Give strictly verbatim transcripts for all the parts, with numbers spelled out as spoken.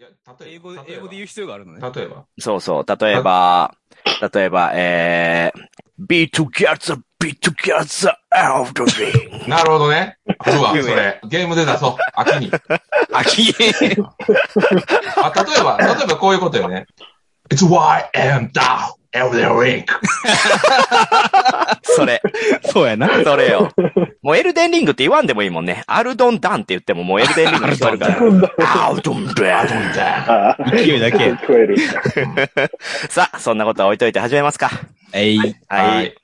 や、例えば。 英語、英語で言う必要があるのね。 例えば。 そうそう。例えば、例えば、えー、be together, be together, out of the ring. なるほどね。あるわ、それ。ゲームで出そう。秋に。 秋あ、例えば、例えばこういうことよね。It's why I'm down, out of the ring. それ。 そうやな。 それよ。もうエルデンリングって言わんでもいいもんね。アルドンダンって言ってももうエルデンリング聞こえるから。アルドンダン。 勢いだけ。 聞こえる。 さあ、そんなことは置いといて始めますか。 えい。 はい。 はい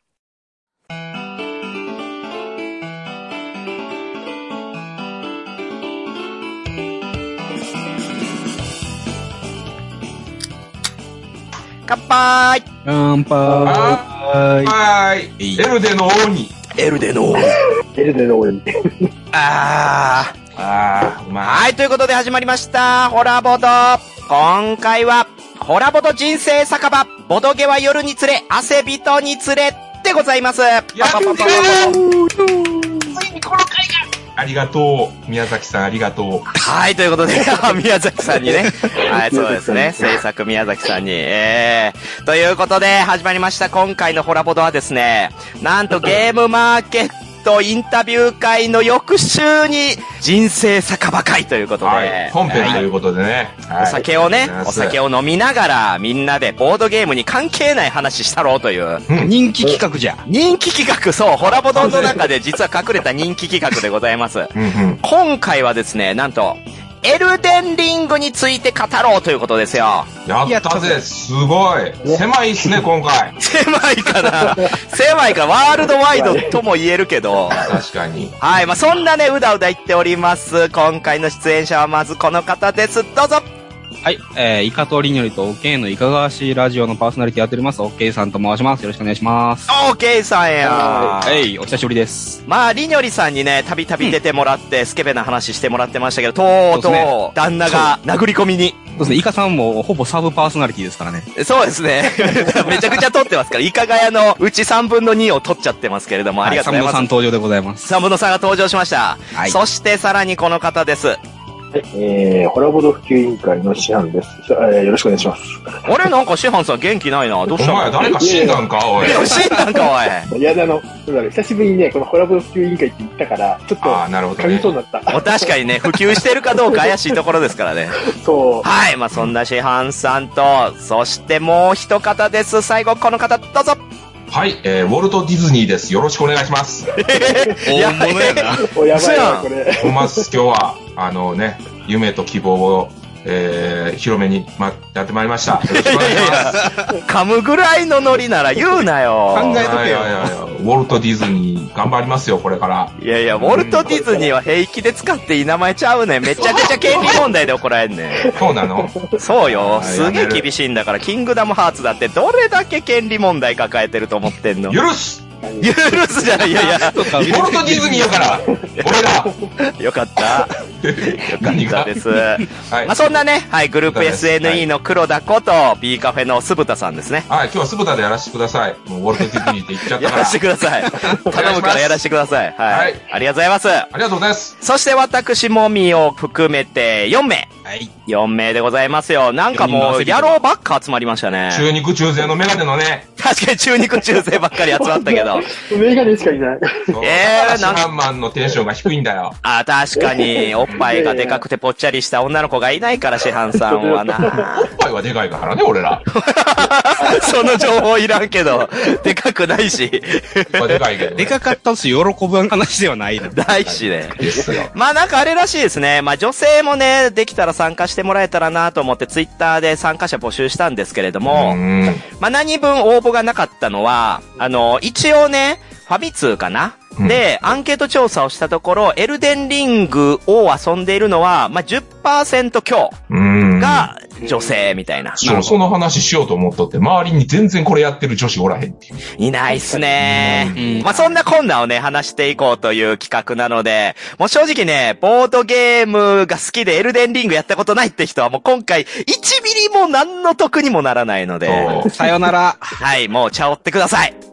乾杯乾杯。 はーい。エルデの王に。 エルデのエルデの王に。 あー。 あー、まあ。 はい、ということで始まりました。ホラボド。今回は、ホラボド人生酒場。ボドゲは夜につれ、汗人につれでございます。やったーついにこの回がありがとう。宮崎さんありがとう。 はい、ということで、宮崎さんにね。はい、そうですね。制作宮崎さんに。えー。ということで、始まりました。今回のホラボドはですね、なんとゲームマーケットインタビュー会の翌週に、人生酒場会ということで。 はい、本編ということでね。 はい、お酒をね、お酒を飲みながら、みんなでボードゲームに関係ない話したろうという。 うん、人気企画じゃ。 人気企画、そう、ホラボドの中で実は隠れた人気企画でございます。 うんうん、 今回はですね、なんと、エルデンリングについて語ろうということですよ。 やったぜ、すごい。狭いっすね、今回。 狭いかな狭いか、ワールドワイドとも言えるけど。 確かに。 はい、まあそんなね、うだうだ言っております。今回の出演者はまずこの方です。どうぞ。 はい、えー、イカとリニョリとオッケーのいかがわしいラジオのパーソナリティやっております、オッケーさんと申します。よろしくお願いします。 オッケーさんやはい、お久しぶりです。 まあ、リニョリさんにね、たびたび出てもらって、うん、スケベな話してもらってましたけど、とうとう、ね、旦那が殴り込みに。 そうですね、イカさんもほぼサブパーソナリティですからね。 そうですね。めちゃくちゃ撮ってますから、イカガヤのうちさんぶんのにを撮っちゃってますけれども、ありがとうございます。 サムノさん登場でございます。 サムノさんが登場しました。はい、そしてさらにこの方です。 はい、えー、ホラボド普及委員会の師範です。えー、よろしくお願いします。 あれなんか師範さん元気ないな。どうしたの？ お前誰か死んだんか、おい。 いや、死んだんか、おい。 いや、あの、久しぶりにね、このホラボド普及委員会って言ったから、ちょっと、噛みそうになった。 お確かにね、普及してるかどうか怪しいところですからね。 そう。 はい、まあそんな師範さんと、そしてもう一方です。最後、この方、どうぞ。 はい、えー、ウォルト・ディズニーです。よろしくお願いします。 大物やな。 おやばいな、これ。 ほんま、今日は、あのね、夢と希望を、えー、広めに、ま、やってまいりました。よろしくお願いします。 噛むぐらいのノリなら言うなよ。 考えとけよ。いやいやいや、ウォルト・ディズニー、頑張りますよ、これから。 いやいや、ウォルト・ディズニーは平気で使っていい名前ちゃうねん。めちゃくちゃ権利問題で怒られんねん。 そうなの？ そうよ。すげえ厳しいんだから、キングダムハーツだってどれだけ権利問題抱えてると思ってんの？ 許す許すじゃない。いやいや。 ウォルト・ディズニーやから、俺が。よかった。よかったです。はい。まあそんなね、はい、グループ エスエヌイー の黒田こと、B カフェの酢豚さんですね。 はい、今日は酢豚でやらせてください。もうウォルト・ディズニーって言っちゃったから。 やらせてください。頼むからやらせてください。はい。ありがとうございます。 ありがとうございます。 そして私もみを含めてよんめい。はい。よんめいでございますよ。なんかもう、野郎ばっか集まりましたね。 中肉中背のメガネのね。 確かに中肉中背ばっかり集まったけど。 メガネしかいない。 えー、なんか。ハンマンのテンションが低いんだよ。 あ、確かに、おっぱいがでかくてぽっちゃりした女の子がいないから、師範さんはな。 おっぱいはでかいからね、俺ら。 その情報いらんけど、でかくないし。 でかいけど、ね。 でかかったし、喜ぶ話ではないの。 ないしね。まあなんかあれらしいですね。まあ女性もね、できたら参加してもらえたらなと思ってツイッターで参加者募集したんですけれども、まあ何分応募がなかったのは、あの、一応ね、ファミ通かな、うん、で、アンケート調査をしたところ、エルデンリングを遊んでいるのは、まあ、じゅっパーセント 強が女性みたいな。 そう、その話しようと思っとって、周りに全然これやってる女子おらへんっていう。 いないっすね。うん、まあ、そんなこんなをね、話していこうという企画なので、もう正直ね、ボードゲームが好きでエルデンリングやったことないって人はもう今回いちミリも何の得にもならないので。 さよなら。 はい、もう茶を追ってください。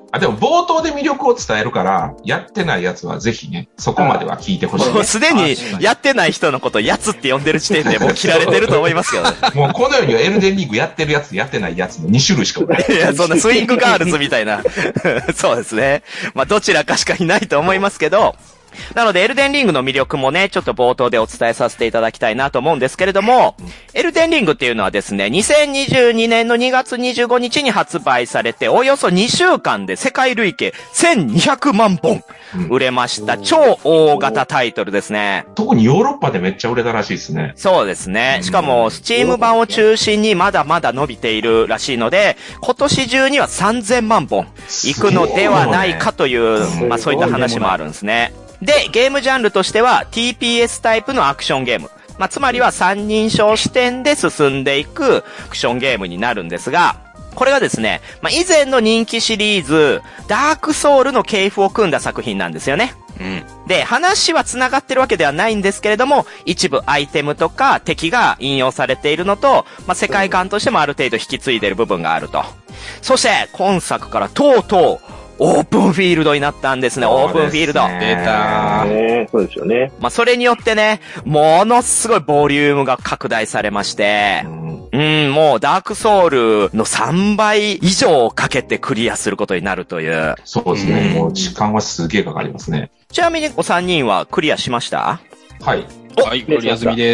あ、でも冒頭で魅力を伝えるから、やってないやつはぜひね、そこまでは聞いてほしい。 もうすでに、やってない人のことをやつって呼んでる時点でもう切られてると思いますけどね。 もうこの世にはエルデンリングやってるやつ、やってないやつのに種類しかない。 いや、そんなスイングガールズみたいな。そうですね。まあ、どちらかしかいないと思いますけど、なので、エルデンリングの魅力もね、ちょっと冒頭でお伝えさせていただきたいなと思うんですけれども、エルデンリングっていうのはですね、にせんにじゅうにねんのにがつにじゅうごにちに発売されて、およそにしゅうかんで世界累計せんにひゃくまんぼん売れました。超大型タイトルですね。 特にヨーロッパでめっちゃ売れたらしいですね。 そうですね。しかも、スチーム版を中心にまだまだ伸びているらしいので、今年中にはさんぜんまんぼんいくのではないかという、まあそういった話もあるんですね。で、ゲームジャンルとしては ティーピーエス タイプのアクションゲーム。まあ、つまりは三人称視点で進んでいくアクションゲームになるんですが、これがですね、まあ、以前の人気シリーズ、ダークソウルの系譜を組んだ作品なんですよね。うん。で、話は繋がってるわけではないんですけれども、一部アイテムとか敵が引用されているのと、まあ、世界観としてもある程度引き継いでいる部分があると。そして、今作からとうとう、オープンフィールドになったんですね、オープンフィールド。 出たー。そうですよね。 まあ、それによってね、ものすごいボリュームが拡大されまして、うん、うんもうダークソウルのさんばい以上かけてクリアすることになるという。 そうですね、うん、もう時間はすげえかかりますね。 ちなみにお三人はクリアしました？ はい。 はい、クリア済みです。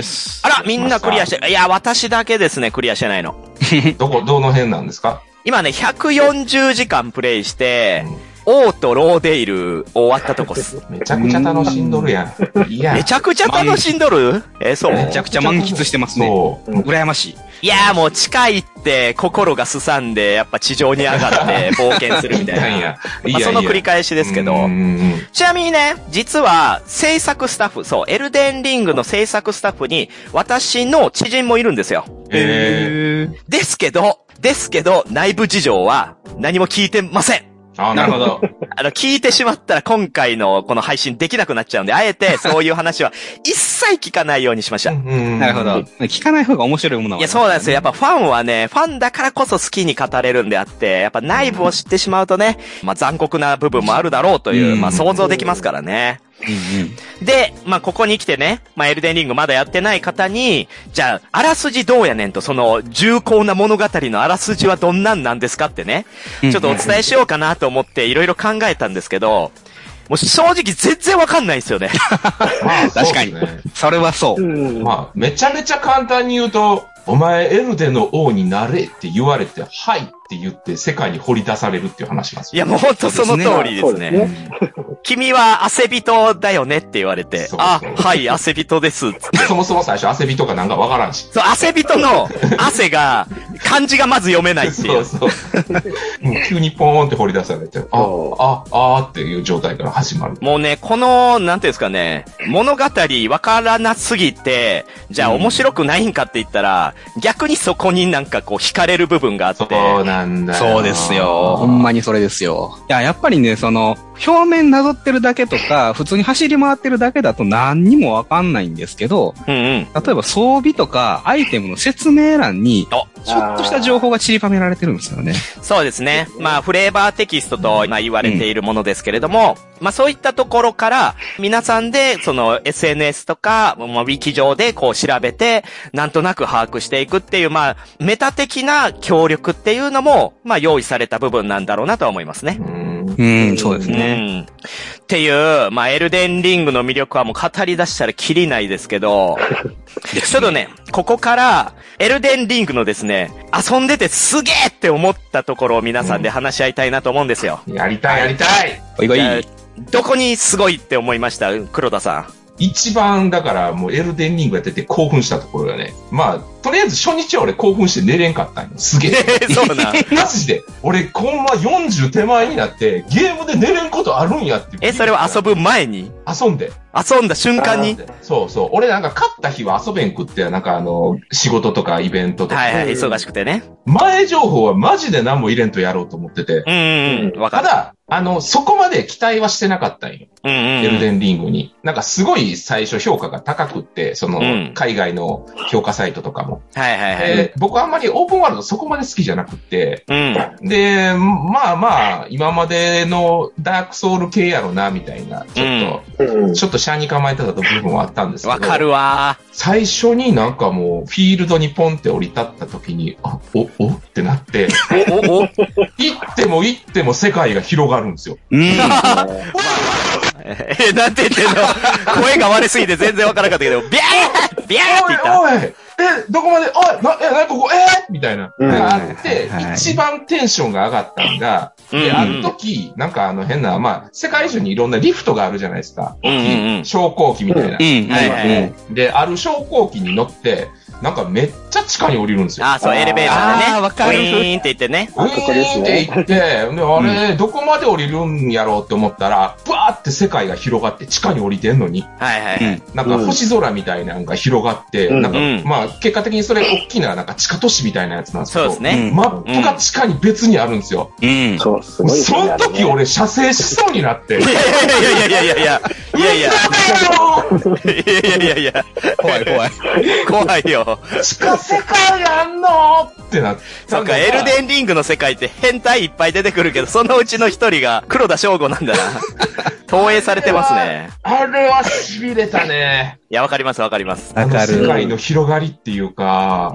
あら、みんなクリアしてる。いや、私だけですね、クリアしてないの。 どこ、どの辺なんですか？ 今ね、ひゃくよんじゅうじかんプレイして、うん、オーとローデイル終わったとこっす。 めちゃくちゃ楽しんどるやん。いや。 めちゃくちゃ楽しんどるえー、そう。 めちゃくちゃ満喫してますね。そう。羨ましい。 いやーもう近いって心がすさんで、やっぱ地上に上がって冒険するみたいな。いやいやまあ、その繰り返しですけど。ちなみにね、実は制作スタッフ、そう、エルデンリングの制作スタッフに私の知人もいるんですよ。 へー。 ですけど、ですけど、内部事情は何も聞いてません。 ああ、なるほど。 あの、聞いてしまったら今回のこの配信できなくなっちゃうんで、あえてそういう話は一切聞かないようにしました。 なるほど。聞かない方が面白いものは、ね。 いや、そうなんですよ。やっぱファンはね、ファンだからこそ好きに語れるんであって、やっぱ内部を知ってしまうとね、まあ残酷な部分もあるだろうという、まあ想像できますからね。うんうん、で、まあ、ここに来てね、まあ、エルデンリングまだやってない方に、じゃあ、あらすじどうやねんと、その、重厚な物語のあらすじはどんなんなんですかってね、ちょっとお伝えしようかなと思っていろいろ考えたんですけど、もう正直全然わかんないですよね。 まあ、確かに。それはそう。 うん、まあ、めちゃめちゃ簡単に言うと、お前エルデの王になれって言われて、はいって言って世界に掘り出されるっていう話なんですよ。 いやもうほんとその通りですね。ですね君は汗人だよねって言われて、そうそうあ、はい、汗人ですっつって。 そもそも最初汗人かなんかわからんし。 そう、汗人の汗が、漢字がまず読めないっていう。そうそう。 もう急にポーンって掘り出されて、あ、あ、あーっていう状態から始まる。 もうね、この、なんていうんですかね、物語わからなすぎて、じゃあ面白くないんかって言ったら、うん、逆にそこになんかこう惹かれる部分があって。 そうなんだよ。 そうですよ。ほんまにそれですよ。いや、やっぱりね、その、表面なぞってるだけとか、普通に走り回ってるだけだと何にもわかんないんですけど、うんうん、例えば装備とかアイテムの説明欄に、ちょっとした情報が散りばめられてるんですよね。 そうですね。まあ、フレーバーテキストとまあ言われているものですけれども、うん、まあそういったところから、皆さんで、その エスエヌエス とか、まあ、ウィキ上でこう調べて、なんとなく把握していくっていう、まあ、メタ的な協力っていうのも、まあ用意された部分なんだろうなとは思いますね。 うん、そうですね。 うん、っていう、まあ、エルデンリングの魅力はもう語り出したらキリないですけど、ちょっとね、ここから、エルデンリングのですね、遊んでてすげーって思ったところを皆さんで話し合いたいなと思うんですよ。 うん、やりたいやりたいおいごい。 どこにすごいって思いました黒田さん。 一番、だから、もうエルデンリングやってて興奮したところがね、まあ、とりあえず初日は俺興奮して寝れんかったんよ。すげえ。 そうな。 マジで。俺、こんまよんじゅう手前になって、ゲームで寝れんことあるんやって。 え、それは遊ぶ前に遊んで。 遊んだ瞬間にそうそう。俺なんか勝った日は遊べんくって、なんかあの、仕事とかイベントとか。 はいはい、忙しくてね。 前情報はマジで何も入れんとやろうと思ってて。 うんうん、わかる。 ただ、あの、そこまで期待はしてなかったんよ。 うんうん、 エルデンリングに。なんかすごい最初評価が高くって、その、うん、海外の評価サイトとかも。 はいはいはい。 で、僕あんまりオープンワールドそこまで好きじゃなくて、 うん。 で、まあまあ、今までのダークソウル系やろな、みたいな、ちょっと、うん、ちょっとシャンに構えてた部分はあったんですけど。 わかるわー。 最初になんかもう、フィールドにポンって降り立った時に、あ、お、おってなって、お、お、行っても行っても世界が広がるんですよ。うん。 え、なんて言ってんの声が悪すぎて全然わからなかったけど、ビャービャーって言った。 おいおいえ、どこまでおいな、え、な、ここ、えー、みたいな。があって、一番テンションが上がったのが、で、ある時、なんかあの変な、まあ、世界中にいろんなリフトがあるじゃないですか。大きい昇降機みたいな。で、ある昇降機に乗って、なんかめっちゃ地下に降りるんですよ。 ああ、そう、エレベーターでね。ああ、 わかる。 ウィーンって言ってね。 ウィーンって言って、で、あれ、どこまで降りるんやろうって思ったら、バーって世界が広がって地下に降りてんのに。 はいはいはい。 なんか星空みたいなのが広がって、なんか、まあ、結果的にそれ大きななんか地下都市みたいなやつなんですけど。 そうですね。 マップが地下に別にあるんですよ。 うん。 そう、すごい。 その時俺射精しそうになって。いやいやいやいやいやいや。いやいや。いやいやいや。 怖い怖い。 怖いよ。 地下世界あんのってなって。 そっか、エルデンリングの世界って変態いっぱい出てくるけど、そのうちの一人が黒田翔吾なんだな。投影されてますね。 あれは痺れたね。 いや、わかりますわかります。 わかる。世界の広がりっていうか。 うん。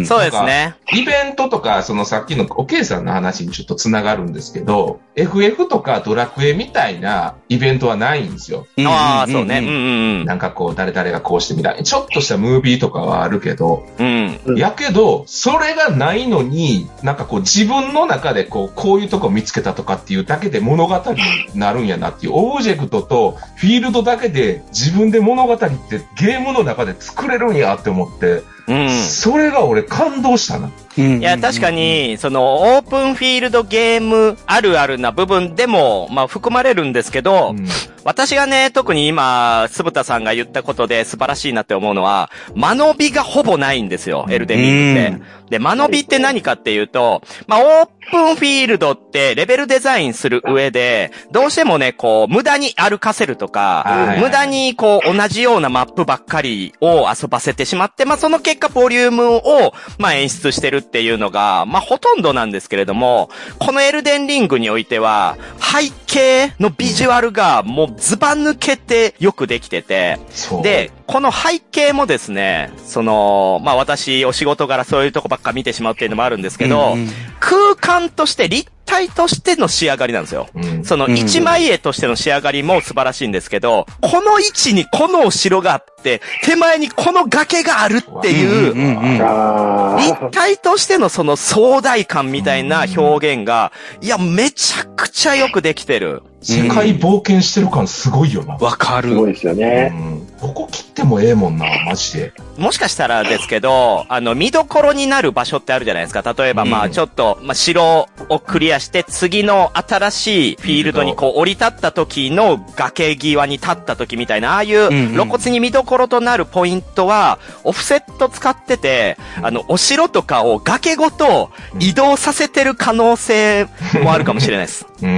そうですね。 イベントとか、そのさっきのおけいさんの話にちょっと繋がるんですけど、エフエフ とかドラクエみたいなイベントはないんですよ。 ああ、そうね。うんうんうん。 なんかこう、誰々がこうしてみたい。ちょっとしたムービーとかはあるけど、 うん。 やけど、それがないのに、なんかこう自分の中でこう、こういうとこ見つけたとかっていうだけで物語になるんやなっていう、オブジェクトとフィールドだけで自分で物語ってゲームの中で作れるんやって思って、うん、それが俺感動したな。 いや、確かに、その、オープンフィールドゲームあるあるな部分でも、まあ、含まれるんですけど、うん、私がね、特に今、酢豚さんが言ったことで素晴らしいなって思うのは、間延びがほぼないんですよ、エルデンリングって。で、間延びって何かっていうと、まあ、オープンフィールドってレベルデザインする上で、どうしてもね、こう、無駄に歩かせるとか、無駄にこう、同じようなマップばっかりを遊ばせてしまって、まあ、その結果、ボリュームを、まあ、演出してるっていうのが、まあ、ほとんどなんですけれども、このエルデンリングにおいては、背景のビジュアルがもうズバ抜けてよくできてて、で、この背景もですね、その、まあ、私、お仕事柄そういうとこばっか見てしまうっていうのもあるんですけど、うんうん、空間として立体としての仕上がりなんですよ。うん、その一枚絵としての仕上がりも素晴らしいんですけど、この位置にこのお城があって、手前にこの崖があるっていう、立体としてのその壮大感みたいな表現が、いや、めちゃくちゃよくできてる。 世界冒険してる感すごいよな。 わかる。 すごいですよね。 うん。ここ切ってもええもんな、マジで。 もしかしたらですけど、あの、見どころになる場所ってあるじゃないですか。例えば、まあ、ちょっと、まあ、城をクリアして、次の新しいフィールドにこう降り立った時の崖際に立った時みたいな、ああいう露骨に見どころとなるポイントは、オフセット使ってて、あの、お城とかを崖ごと移動させてる可能性もあるかもしれないです。 うん。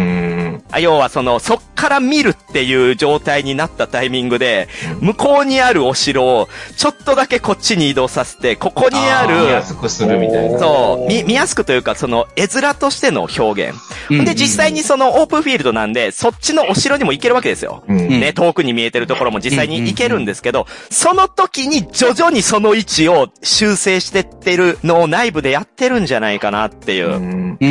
要はその、そっから見るっていう状態になったタイミングで、向こうにあるお城を、ちょっとだけこっちに移動させて、ここにある、 見やすくするみたいな。 そう、見、見やすくというか、その、絵面としての表現。で、実際にそのオープンフィールドなんで、そっちのお城にも行けるわけですよ。うん、ね、遠くに見えてるところも実際に行けるんですけど、その時に徐々にその位置を修正してってるのを内部でやってるんじゃないかなっていう。うん、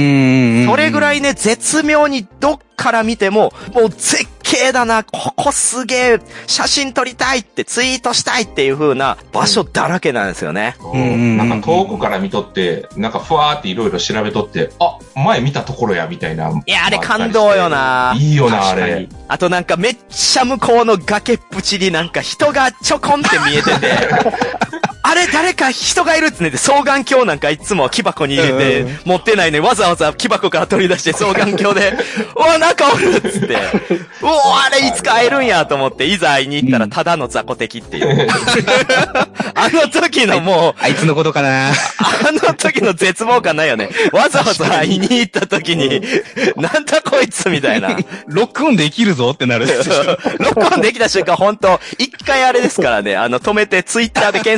それぐらいね、絶妙にどっから見ても、もう絶景だな、ここすげえ、写真撮りたいってツイートしたいっていう風な場所だらけなんですよね。 うん、なんか遠くから見とって、なんかふわーっていろいろ調べとって、あ、前見たところや、みたいな。 いや、あれ感動よな。 いいよな、あれ。 あとなんかめっちゃ向こうの崖っぷちになんか人がちょこんって見えてて、あれ誰か人がいるってね、双眼鏡なんかいつも木箱に入れて、持ってないね、わざわざ木箱から取り出して双眼鏡で、おーなんかおるっつって、おーあれいつか会えるんやと思って、いざ会いに行ったらただの雑魚敵っていう。あの時のもう、 あいつのことかなあの時の絶望感ないよね。わざわざ会いに行った時に、なんだこいつみたいな。 ロックオンできるぞってなる。ロックオンできた瞬間、ほんと、一回あれですからね、あの、止めてツイッターで検索しまし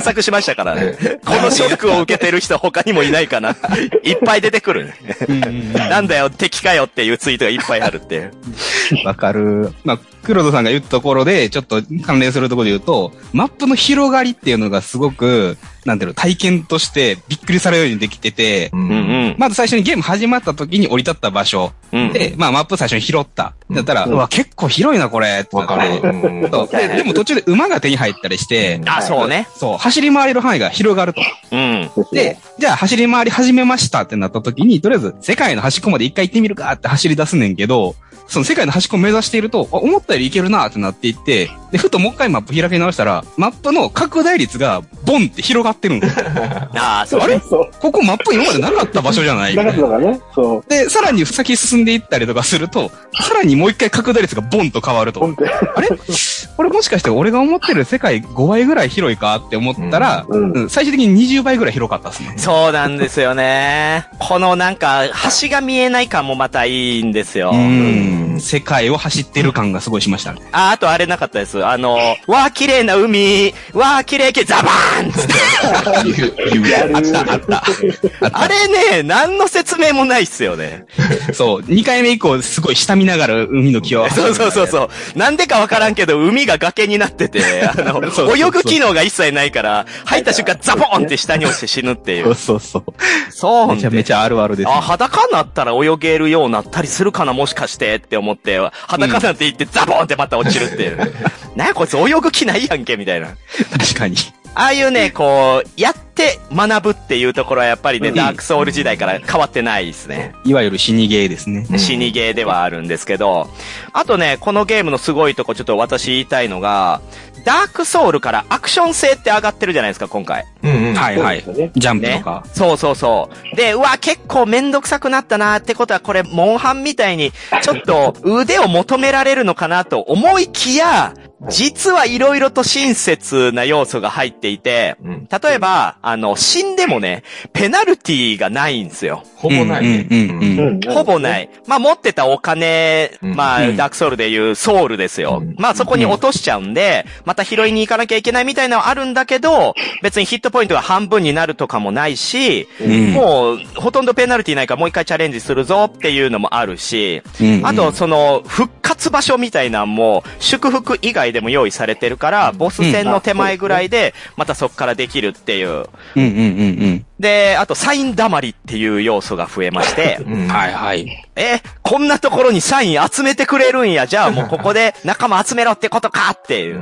したからね。このショックを受けてる人他にもいないかな。いっぱい出てくる、ね。なんだよ、敵かよっていうツイートがいっぱいあるっていう。 わかる。まあ、黒田さんが言ったところで、ちょっと関連するところで言うと、マップの広がりっていうのがすごく、なんていうの、体験としてびっくりされるようにできてて、うんうん、まず最初にゲーム始まった時に降り立った場所、うん、で、まあマップ最初に拾った。だったら、うん、うわ、結構広いな、これ。ってわかる。うんそうで。でも途中で馬が手に入ったりして、 あ、そうね。 そう、走り回れる範囲が広がると。うん、で、じゃあ走り回り始めましたってなった時に、とりあえず世界の端っこまで一回行ってみるかって走り出すねんけど、その世界の端っこを目指していると、思ったよりいけるなってなっていって、で、ふともう一回マップ開き直したら、マップの拡大率がボンって広がってるんですよ。 ああ、そうあれここマップ今までなかった場所じゃないなかったからね。そう。 で、さらに先進んでいったりとかすると、さらにもう一回拡大率がボンと変わると。あれこれもしかして俺が思ってる世界ごばいぐらい広いかって思ったら、うんうん、最終的ににじゅうばいぐらい広かったですね。 そうなんですよね。このなんか、橋が見えない感もまたいいんですよ。 うん世界を走ってる感がすごいしましたね。 あ、あとあれなかったです。あの、わー綺麗な海、わー綺麗けザバーンつって。 あったあった。 あれね、何の説明もないっすよね。 そう、にかいめ以降すごい下見ながら海の気を。 そうそうそうそう。なんでかわからんけど海が崖になってて、あの、そうそうそう泳ぐ機能が一切ないから、入った瞬間ザボーンって下に落ちて死ぬっていう。 そうそうそう。 そうめちゃめちゃあるあるです、ね。 あ、裸になったら泳げるようになったりするかなもしかしてって思って、裸なんて言ってザボーンってまた落ちるっていう。なんやこいつ泳ぐ気ないやんけみたいな。 確かに。 ああいうね、こう、やって学ぶっていうところはやっぱりね、うん、ダークソウル時代から変わってないですね。 いわゆる死にゲーですね。 死にゲーではあるんですけど、あとね、このゲームのすごいとこちょっと私言いたいのが、ダークソウルからアクション性って上がってるじゃないですか、今回。 うんうん。はいはい。ジャンプとか、 ね。そうそうそう。で、うわ、結構めんどくさくなったなってことは、これ、モンハンみたいに、ちょっと腕を求められるのかなと思いきや、実は色々と親切な要素が入っていて、例えば、あの、死んでもね、ペナルティがないんですよ。 ほぼないね。 ほぼない。まあ、持ってたお金、まあ、ダークソウルでいうソウルですよ。まあ、そこに落としちゃうんで、また拾いに行かなきゃいけないみたいなのはあるんだけど、別にヒットポイントが半分になるとかもないし、もう、ほとんどペナルティないからもう一回チャレンジするぞっていうのもあるし、あと、その、復活場所みたいなのも、祝福以外でも用意されてるから、ボス戦の手前ぐらいで、またそこからできるっていう。で、あと、サイン溜まりっていう要素が増えまして。 はいはい。 え、こんなところにサイン集めてくれるんや。じゃあもうここで仲間集めろってことかっていう。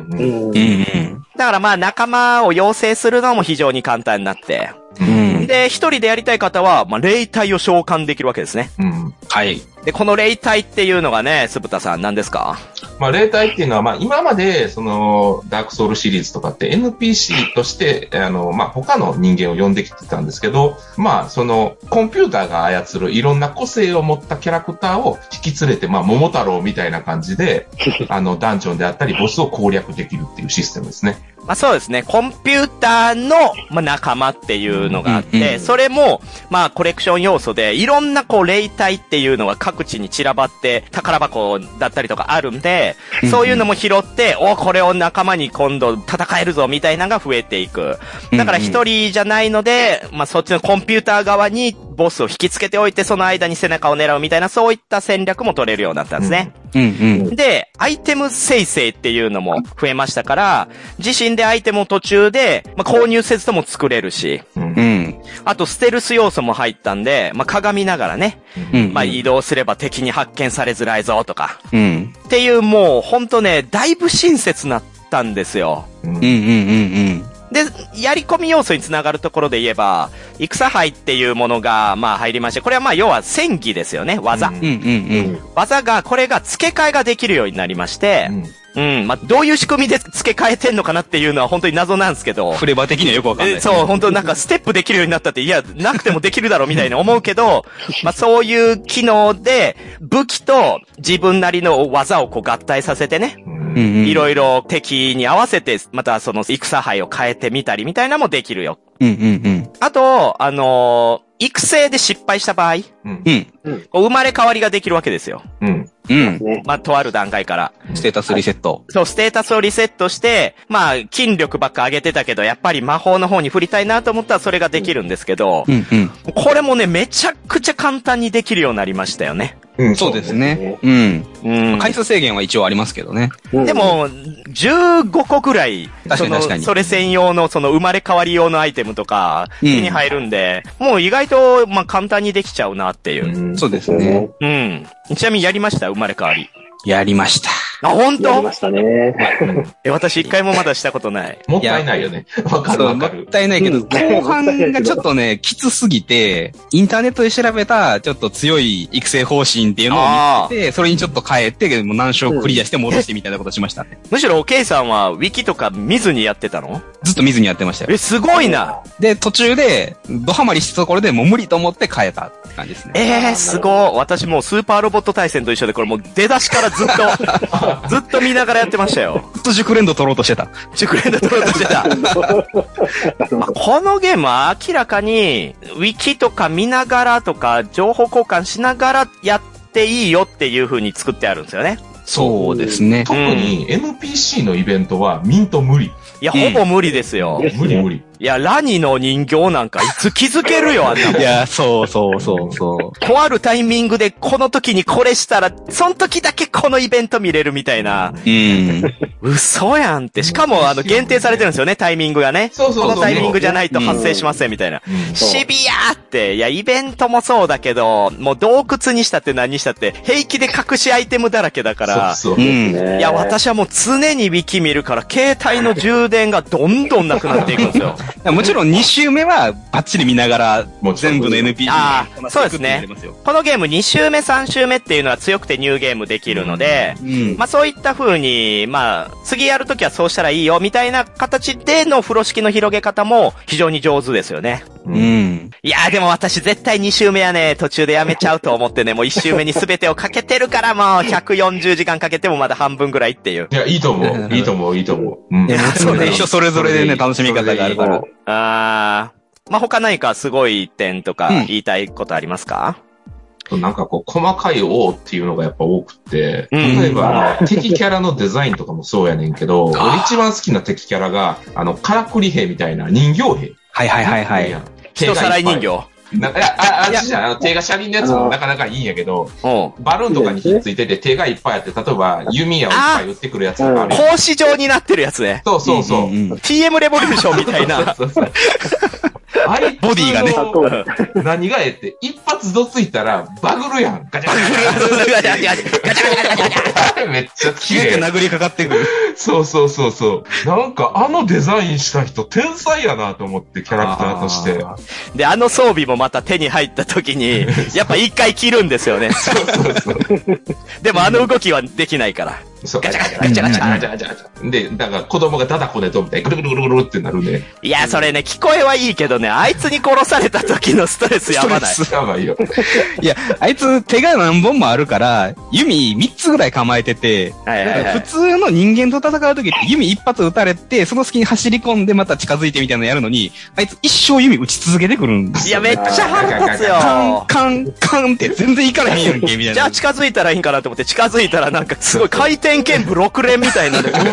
だからまあ仲間を養成するのも非常に簡単になって。うん、で、一人でやりたい方は、まあ、霊体を召喚できるわけですね。 うん。はい。 で、この霊体っていうのがね、すぶたさん何ですか？ まあ、霊体っていうのは、まあ、今まで、その、ダークソウルシリーズとかって エヌピーシー として、あの、まあ、他の人間を呼んできてたんですけど、まあ、その、コンピューターが操るいろんな個性を持ったキャラクターを引き連れて、まあ、桃太郎みたいな感じで、あの、ダンジョンであったり、ボスを攻略できるっていうシステムですね。 まあそうですね。コンピューターの、まあ、仲間っていうのがあって、うんうん、それも、まあコレクション要素で、いろんなこう霊体っていうのが各地に散らばって、宝箱だったりとかあるんで、そういうのも拾って、お、これを仲間に今度戦えるぞみたいなのが増えていく。だから一人じゃないので、まあそっちのコンピューター側にボスを引きつけておいて、その間に背中を狙うみたいな、そういった戦略も取れるようになったんですね。 うんうん、 で、アイテム生成っていうのも増えましたから、自身でアイテムを途中で、まあ、購入せずとも作れるし、うん、あとステルス要素も入ったんで、まあ、鏡ながらね、うん、まあ、移動すれば敵に発見されづらいぞとか、うん、っていうもうほんとね、だいぶ親切になったんですよ。 うんうんうんうんで、やり込み要素につながるところで言えば、戦杯っていうものが、まあ入りまして、これはまあ要は戦技ですよね、技。うんうんうん、技が、これが付け替えができるようになりまして、うん、うん、まあどういう仕組みで付け替えてんのかなっていうのは本当に謎なんですけど。 フレバ的にはよくわかんない、ね。 そう、本当なんかステップできるようになったって、いや、なくてもできるだろうみたいに思うけど、まあそういう機能で、武器と自分なりの技をこう合体させてね、いろいろ敵に合わせて、またその戦杯を変えてみたりみたいなのもできるよ。 うんうんうん、 あと、あのー、 育成で失敗した場合、 うん。 生まれ変わりができるわけですよ。 うん。 うん。まあ、とある段階から。 ステータスリセット。 そう、ステータスをリセットして、まあ、筋力ばっか上げてたけど、やっぱり魔法の方に振りたいなと思ったらそれができるんですけど、 うんうん。 これもね、めちゃくちゃ簡単にできるようになりましたよね。 うん、そうですね。うん。うん。回数制限は一応ありますけどね。 でも、じゅうごこぐらい、 確かに確かに。 それ専用の、その生まれ変わり用のアイテムとか、手に入るんで、うん、もう意外と、まあ簡単にできちゃうなっていう。 うん、そうですね。 うん。ちなみにやりました？生まれ変わり。 やりました。 あ、本当？ やりましたね。 え、私一回もまだしたことない。 もったいないよね。わかるわかる。 もったいないけど、後半がちょっとね、きつすぎて、インターネットで調べた、ちょっと強い育成方針っていうのを見てて、それにちょっと変えて、もう難所クリアして戻してみたいなことしましたね。 むしろ、ケイさんは、ウィキとか見ずにやってたの？ ずっと見ずにやってましたよ。 え、すごいな。 で、途中で、ドハマりしたところでもう無理と思って変えたって感じですね。 えー、すごい。私もうスーパーロボット対戦と一緒で、これもう出だしからずっと、ずっと見ながらやってましたよ。 ずっと熟練度取ろうとしてた。 熟練度取ろうとしてた。まあ、このゲームは明らかに、ウィキとか見ながらとか、情報交換しながらやっていいよっていう風に作ってあるんですよね。 そうですね。 特に エヌピーシー のイベントはミント無理。 いや、ほぼ無理ですよ。 無理無理。 いや、ラニの人形なんかいつ気づけるよ、あんなもん。 いや、そうそうそうそう。 とあるタイミングでこの時にこれしたら、その時だけこのイベント見れるみたいな。 うん。 嘘やんって。しかも、あの、限定されてるんですよね、タイミングがね。 そうそうそう。 このタイミングじゃないと発生しません、みたいな。うん、シビアーって。いや、イベントもそうだけど、もう洞窟にしたって何にしたって、平気で隠しアイテムだらけだから。 そうそう。うん。 いや、私はもう常にウィキ見るから、携帯の充電がどんどんなくなっていくんですよ。 もちろんに周目はバッチリ見ながら全部の エヌピーシーああ、そうですね。このゲームに周目さん周目っていうのは強くてニューゲームできるので、うん、まあそういった風に、まあ次やるときはそうしたらいいよみたいな形での風呂敷の広げ方も非常に上手ですよね。 うん。 いやーでも私絶対に周目はね、途中でやめちゃうと思ってね、もういち周目に全てをかけてるからもうひゃくよんじゅうじかんかけてもまだ半分ぐらいっていう。 いや、いいと思う。いいと思う、いいと思う。 うん。いや、そうね。一緒それぞれでね、楽しみ方があるから。 あー。まあ、他何かすごい点とか言いたいことありますか？ うん、なんかこう、細かい王っていうのがやっぱ多くて、例えばあの、敵キャラのデザインとかもそうやねんけど、俺一番好きな敵キャラが、あの、からくり兵みたいな人形兵。 はいはいはいはい。 人さらい人形。 なんか、いや、あ、あっちじゃん。あの、手が車輪のやつもなかなかいいんやけど、バルーンとかにひっついてて手がいっぱいあって、例えば弓矢をいっぱい撃ってくるやつとかある。 格子状になってるやつね。 そうそうそう。 ティーエム レボリューションみたいな。そうそうそうあれ、 ボディがね。 何がええって、一発どついたら、バグるやん。ガチャガチャガチャガチャガチャガチャガチャガチャめっちゃ綺麗。 殴りかかってくる。 そうそうそうそう。なんか、あのデザインした人、天才やなと思って、キャラクターとして。 で、あの装備もまた手に入った時に、やっぱ一回切るんですよね。 そうそうそう。 でもあの動きはできないから。 そう、ガチャガチャガチャガチャガチャガチャガチャ。で、だから子供がダダこねとみたいにぐるぐるぐるぐるってなるね。 いや、それね、聞こえはいいけどね、あいつに殺された時のストレスやばない。 やばいよ。 いや、あいつ手が何本もあるから、弓みっつぐらい構えてて、 はいはいはい、 普通の人間と戦う時って弓一発撃たれて、その隙に走り込んでまた近づいてみたいなのやるのに、あいつ一生弓撃ち続けてくるんですよ。 いや、めっちゃ腹立つよ。 カン、カン、カンって全然いかれへんやんけ、みたいな。 じゃあ近づいたらいいんかなと思って近づいたらなんかすごい回転剣ブロック連みたいなので、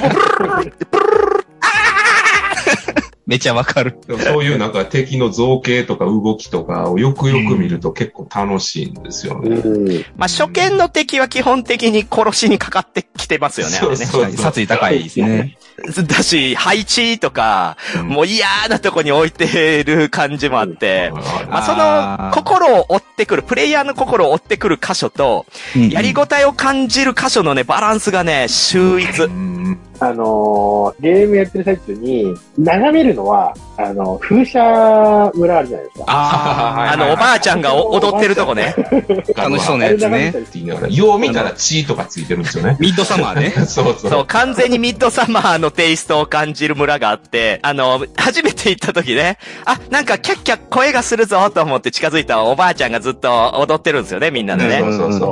めちゃわかる。 そういうなんか敵の造形とか動きとかをよくよく見ると結構楽しいんですよね。 うん、まあ初見の敵は基本的に殺しにかかってきてますよね、あれね。 そうそうそう、殺意高いですね。 だし、配置とか、うん、もう嫌なとこに置いてる感じもあって、うん、まあその心を追ってくる、プレイヤーの心を追ってくる箇所と、うん、やりごたえを感じる箇所のね、バランスがね、秀逸。うんあのー、ゲームやってる最中に、眺めるのは、あの、風車村あるじゃないですか。 ああ、あの、おばあちゃんが踊ってるとこね。 楽しそうなやつね。 よう見たら血とかついてるんですよね。 ミッドサマーね。 そうそう。 そう、完全にミッドサマーのテイストを感じる村があって、あの、初めて行った時ね、あ、なんかキャッキャ声がするぞと思って近づいたおばあちゃんがずっと踊ってるんですよね、みんなでね。 そうそうそう。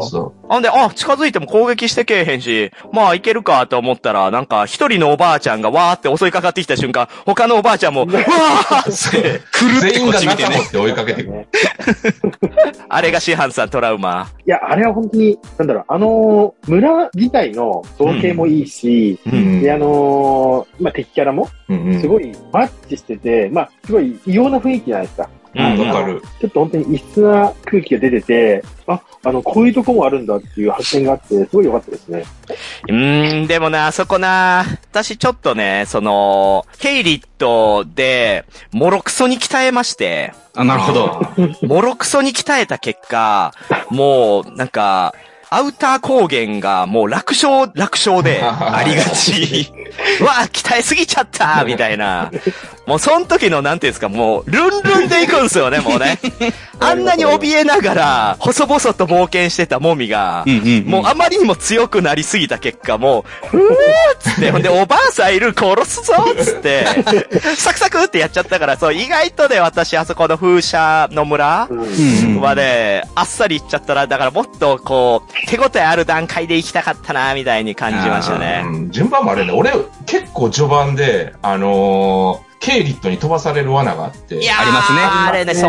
ほんで、あ、近づいても攻撃してけえへんし、まあいけるかと思ったら、なんか一人のおばあちゃんがわーって襲いかかってきた瞬間、他のおばあちゃんも、わーって、 来るってこっち見てね。って追いかけてくる。 あれがシハンさんトラウマ。 いや、あれは本当に、なんだろう、あのー、村自体の造形もいいし、うん、で、あのー、まあ、敵キャラも、すごいマッチしてて、まあ、すごい異様な雰囲気じゃないですか。 うん、わかる。 ちょっと本当に異質な空気が出てて、あ、あの、こういうとこもあるんだっていう発見があって、すごい良かったですね。 うーん、でもな、あそこな、私ちょっとね、その、ケイリットで、もろくそに鍛えまして、 あ、なるほど。 もろくそに鍛えた結果、もう、なんか、アウター高原がもう楽勝、楽勝でありがち。うわぁ、鍛えすぎちゃったみたいな。もうその時のなんていうんですか、もう、ルンルンで行くんですよね、もうね。あんなに怯えながら、細々と冒険してたモミが、うんうんうん、もうあまりにも強くなりすぎた結果、もう、うーっつって、ほんで、おばあさんいる、殺すぞっつって、サクサクってやっちゃったから、そう、意外とね、私、あそこの風車の村はね、あっさり行っちゃったら、だからもっとこう、手応えある段階で行きたかったな、みたいに感じましたね。 うん、順番もあれね、俺、結構序盤で、あのー、ケイリットに飛ばされる罠があって。 いやー、ありますね。あれね、そう。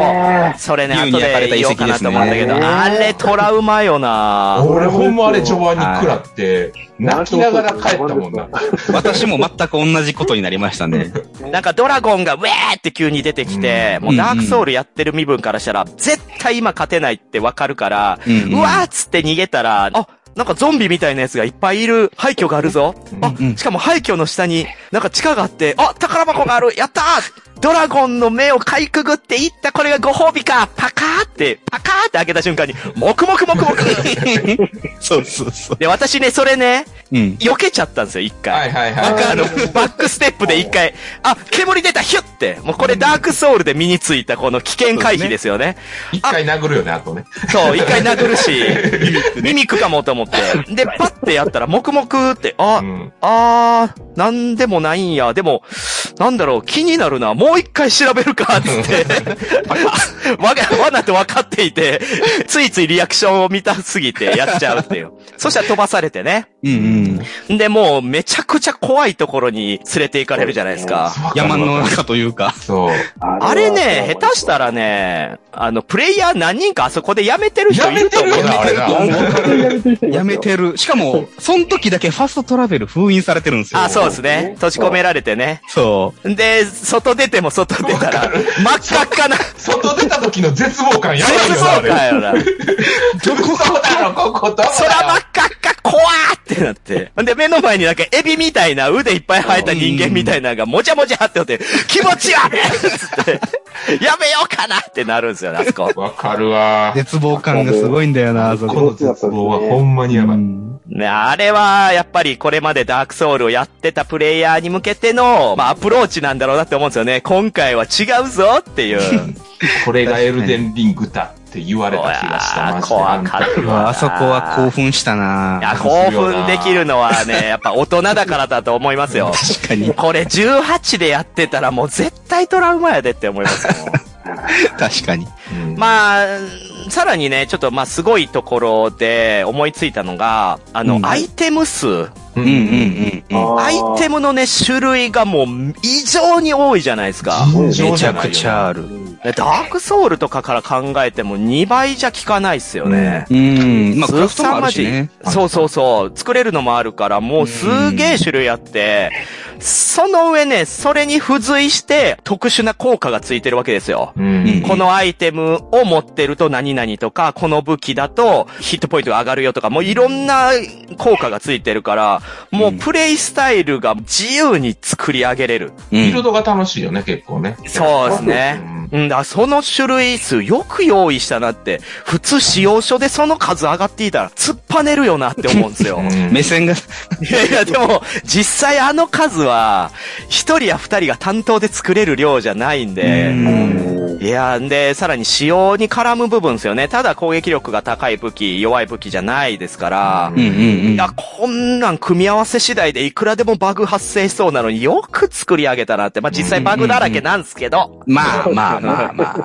それね、後で言おうかなと思うんだけど、あれトラウマよな。 俺ほんまあれ序盤に食らって、泣きながら帰ったもんな。 私も全く同じことになりましたね。 なんかドラゴンがウェーって急に出てきて、うん、もうダークソウルやってる身分からしたら、絶対今勝てないってわかるから、うんうん、うわーっつって逃げたら、あ、なんかゾンビみたいなやつがいっぱいいる廃墟があるぞ。あ、しかも廃墟の下になんか地下があって、あ、宝箱がある。やったー！ドラゴンの目をかいくぐっていった。これがご褒美か。パカーって、パカーって開けた瞬間に、もくもくもくもく。 そうそうそう。 で、私ね、それね、うん、避けちゃったんですよ、一回。 はいはいはい。 なんかあの、バックステップで一回、あ、煙出た、ヒュッて。もうこれダークソウルで身についたこの危険回避ですよね。 一、ね、回殴るよね、あとね。 そう、一回殴るし、ミミックかもと思って。で、パッてやったら、もくもくって、あ、うん、あー、なんでもないんや。でも、なんだろう、気になるな。もう一回調べるか、つって。わが、わなって分かっていて、ついついリアクションを見たすぎてやっちゃうっていう。そしたら飛ばされてね。うんうん。で、もうめちゃくちゃ怖いところに連れて行かれるじゃないですか。 山の中というか。 そう。 あれね、下手したらね、あの、プレイヤー何人かあそこで辞めてる人いると思う。 やめてるよな、やめてる。しかも、その時だけファストトラベル封印されてるんですよ。 あ、そうですね。閉じ込められてね。 そう。 で、外出ても外出たら、真っ赤っかな。 外出た時の絶望感やばいよな。 絶望感やな。 どこだろ、ここどこだよ。 空真っ赤っか、怖ーってなって。で、目の前になんかエビみたいな腕いっぱい生えた人間みたいなのがもちゃもちゃっておって、気持ち悪いっつって、やめようかなってなるんですよね、あそこ。 わかるわ。 絶望感がすごいんだよな、あそこ。 この絶望はほんまにやばい。 ね、あれは、やっぱりこれまでダークソウルをやってたプレイヤーに向けての、まあ、アプローチなんだろうなって思うんですよね。今回は違うぞっていう。 これがエルデンリングだって言われた気がした。マジで。 怖かったわ。 あそこは興奮したな。 いや、興奮できるのはね、やっぱ大人だからだと思いますよ。 確かに。 これじゅうはちでやってたらもう絶対トラウマやでって思いますよ。 確かに。 うん、まあ、さらにね、ちょっとまあすごいところで思いついたのが、あの、うん、アイテム数。うんうんうんうん。 アイテムのね、種類がもう異常に多いじゃないですか。 めちゃくちゃある。 ダークソウルとかから考えてもにばいじゃ効かないっすよね。 うん。まあ、クラフトもあるしね。 そうそうそう。作れるのもあるから、もうすげえ種類あって、その上ね、それに付随して特殊な効果がついてるわけですよ。うん、このアイテムを持ってると何々とか、この武器だとヒットポイントが上がるよとか、もういろんな効果がついてるから、もうプレイスタイルが自由に作り上げれる。 ビルドが楽しいよね、結構ね。 そうですね。うん、だその種類数よく用意したなって、普通使用書でその数上がっていたら突っぱねるよなって思うんですよ。 目線が。いやいや、でも、実際あの数は、一人や二人が担当で作れる量じゃないんで、んいや、で、さらに使用に絡む部分ですよね。ただ攻撃力が高い武器、弱い武器じゃないですから、うんうんうん、いや、こんなん組み合わせ次第でいくらでもバグ発生しそうなのによく作り上げたなって、まあ実際バグだらけなんですけど。 まあまあまあまあ。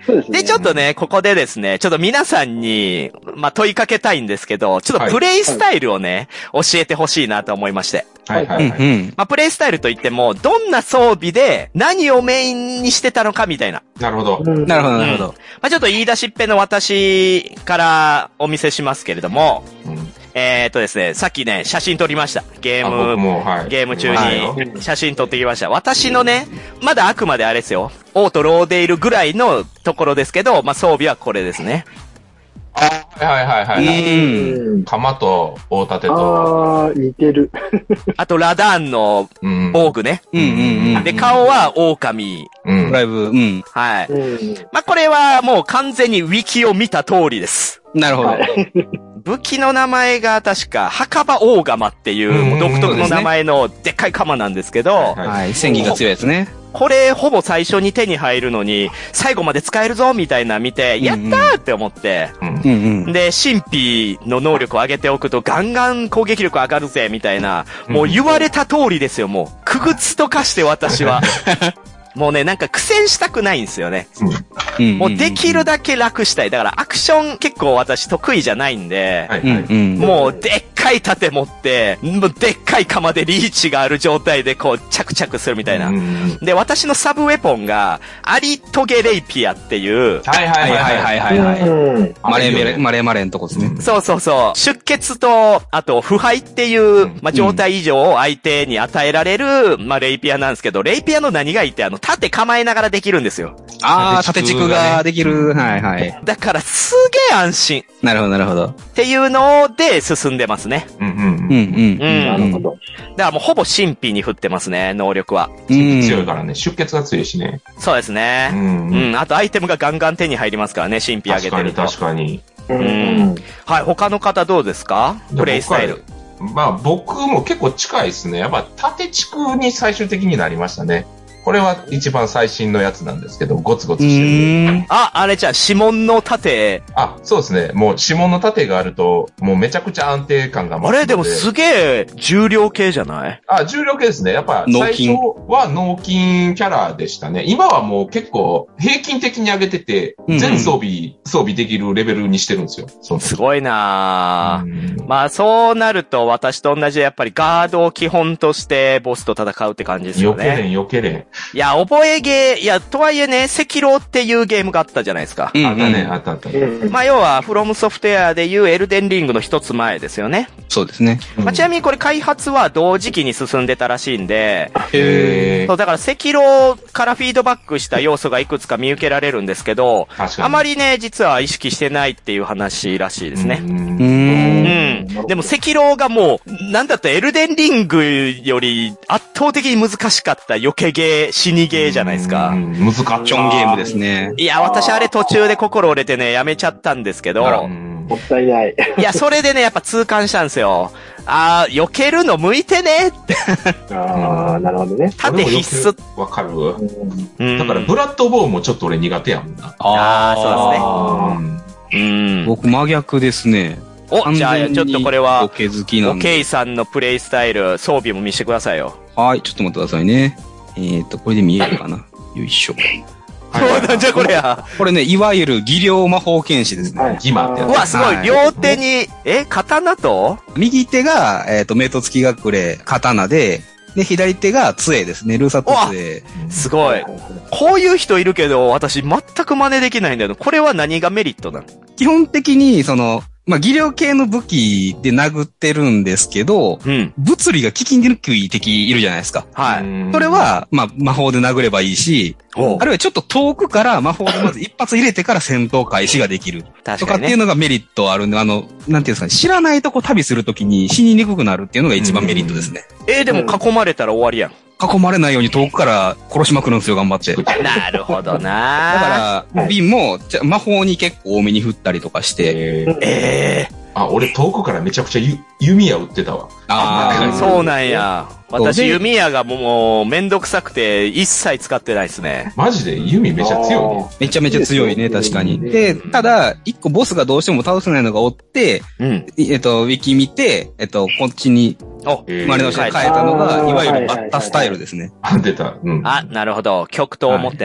そうですね。 で、ちょっとね、ここでですね、ちょっと皆さんに、まあ、問いかけたいんですけど、ちょっとプレイスタイルをね、はい、教えてほしいなと思いまして。 はいはいはい。うんうん、 まあ、プレイスタイルといっても、どんな装備で何をメインにしてたのかみたいな。 なるほど。 なるほど、なるほど。 まあ、ちょっと言い出しっぺの私からお見せしますけれども、うんえーとですね、さっきね、写真撮りました。ゲーム、はい、ゲーム中に写真撮ってきました。私のね、まだあくまであれですよ。オートローデイルぐらいのところですけど、まあ、装備はこれですね。 あ、はいはいはい、はい。うん。鎌と大盾と。 ああ、似てる。 あと、ラダーンの防具ね。 うんうんうん。 で、顔は狼。 うん。ライブ、うん。 はい。まあ、これはもう完全にウィキを見た通りです。 なるほど。 武器の名前が確か、墓場大釜っていう独特の名前のでっかい鎌なんですけど。 はい。戦技が強いやつね。 これ、ほぼ最初に手に入るのに、最後まで使えるぞみたいな見て、やったーって思って。うんうん、で、神秘の能力を上げておくと、ガンガン攻撃力上がるぜみたいな、もう言われた通りですよ、もう。くぐつとかして私は。もうね、なんか苦戦したくないんですよね。うん、もうできるだけ楽したい。だからアクション結構私得意じゃないんで、はいはい、もうでっかい盾持って、もうでっかい鎌でリーチがある状態でこう、チャクチャクするみたいな。で、私のサブウェポンが、アリトゲレイピアっていう。 はいはいはいはいはい、はい。マレーマレー、マレーマレーのとこですね。 そうそうそう。出血と、あと腐敗っていう、まあ、状態異常を相手に与えられる、まあ、レイピアなんですけど、レイピアの何がいいってあの、縦構えながらできるんですよ。 ああ、縦軸ができる。はいはい。 だからすげえ安心。 なるほどなるほど。 っていうので進んでますね。 うんうんうん。 うんうん。なるほど。だからもうほぼ神秘に振ってますね、能力は。 神秘強いからね、出血が強いしね。 そうですね。うん、うん。うん。あとアイテムがガンガン手に入りますからね、神秘上げてると。 確かに確かに。 うん。はい、他の方どうですか？プレイスタイル。 まあ僕も結構近いですね。やっぱ縦地区に最終的になりましたね。これは一番最新のやつなんですけど、ゴツゴツしてる。 あ、あれじゃあ、指紋の盾。 あ、そうですね。もう指紋の盾があると、もうめちゃくちゃ安定感が増すので。 あれでもすげえ重量系じゃない？ あ、重量系ですね。やっぱ最初は納金キャラでしたね。今はもう結構平均的に上げてて、全装備、装備できるレベルにしてるんですよ。 すごいなぁ。まあそうなると私と同じでやっぱりガードを基本としてボスと戦うって感じですよね。 避けれん避けれん。 いや、覚えゲー、いや、とはいえね、赤狼っていうゲームがあったじゃないですか。 うんうん、あったね、あったあった。 まあ、要は、フロムソフトウェアでいうエルデンリングの一つ前ですよね。 そうですね。 まあ、ちなみにこれ開発は同時期に進んでたらしいんで、 へー。 そう、だから赤狼からフィードバックした要素がいくつか見受けられるんですけど、あまりね、実は意識してないっていう話らしいですね。うん。うん。でも赤狼がもう、なんだったらエルデンリングより圧倒的に難しかった避けゲー、死にゲーじゃないですか。 うん、難かった。 チョンゲームですね。 いや、私あれ途中で心折れてね、やめちゃったんですけど。 もったいない。 いや、それでね、やっぱ痛感したんですよ。あー、避けるの向いてねって。 あー、なるほどね。 縦必須。 わかる。だから、ブラッドボーンもちょっと俺苦手やもんな。 あー、そうですね。 うん。僕真逆ですね。 お、じゃあ、ちょっとこれは、 オケ好きなんで。 オケイさんのプレイスタイル、装備も見せてくださいよ。 はい、ちょっと待ってくださいね。えっと、これで見えるかな。よいしょ。 そうなんじゃこれや。 これね、いわゆる技量魔法剣士ですね。 ギマってやつ。 うわ、すごい。両手に、え、刀と右手が、えっと、メイト付き隠れ、刀で、で、左手が杖ですね。ルーサット杖。 すごい。こういう人いるけど、私全く真似できないんだけど、これは何がメリットなの？ 基本的に、その、まあ、技量系の武器で殴ってるんですけど、うん、物理が効きにくい敵いるじゃないですか。 はい。 それは、まあ、魔法で殴ればいいし、あるいはちょっと遠くから魔法でまず一発入れてから戦闘開始ができる。確かにね。とかっていうのがメリットあるんで、あの、なんていうんですかね、知らないとこ旅するときに死ににくくなるっていうのが一番メリットですね。 えー、でも囲まれたら終わりやん。 囲まれないように遠くから殺しまくるんですよ、頑張って。 なるほどな。だから、瓶も魔法に結構多めに振ったりとかして。 ええー。 あ、俺遠くからめちゃくちゃゆ弓矢撃ってたわ。 ああ、そうなんや。私、弓矢がもうめんどくさくて一切使ってないですね。 マジで弓めちゃ強いね。 めちゃめちゃ強いね、確かに。で、ただ、一個ボスがどうしても倒せないのがおって、うん、えっと、ウィキ見て、えっと、こっちに、生まれ直して変えたのが、いわゆるバッタスタイルですね。 あ、出た。うん。 あ、なるほど。極東を持ってね。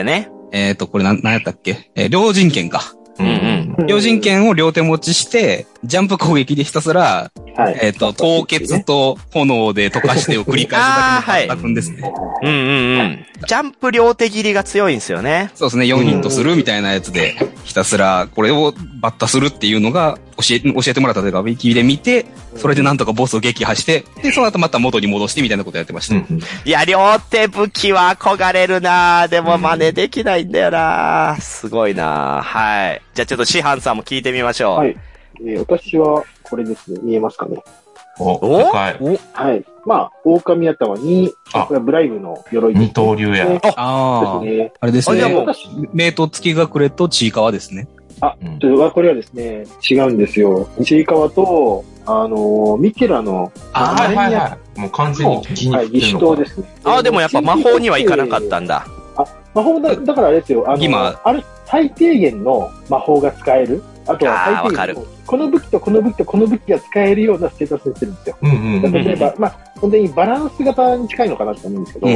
えっと、これなん、なんやったっけえー、両人剣か。 うんうん。 両人剣を両手持ちして、ジャンプ攻撃でひたすら、はい、えっ、ー、と、凍結と炎で溶かしてを繰り返すだけのバッタ君ですね。 はい、うんうんうん。ジャンプ両手切りが強いんですよね。 そうですね。よんヒットするみたいなやつで、ひたすらこれをバッタするっていうのが教え、教えてもらったというか、ウィキで見て、それでなんとかボスを撃破して、で、その後また元に戻してみたいなことやってました。うんうん、 いや、両手武器は憧れるなでも真似できないんだよなすごいなはい。じゃあちょっとシハンさんも聞いてみましょう。 はい。えー、私は、これですね。見えますかね。 お、おはい。 はい。まあ、狼頭に、これはブライブの鎧、 ね。二刀流や。 ああ。ですね。あれですね。名刀月隠れとちいかわですね。 あ、うん、これはですね、違うんですよ。ちいかわと、あのー、ミケラの、 あ、はいはいはい。もう完全に敵に振ってるのか。はい、義手ですね。 ああ、でもやっぱ魔法にはいかなかったんだ。 あ、魔法だ、だからあれですよ。あの、今、ある、最低限の魔法が使える。あとは最低限の、この武器とこの武器とこの武器が使えるようなステータスにしてるんですよ。うんうんうん、例えば、まあ、本当にバランス型に近いのかなと思うんですけど、うんうん、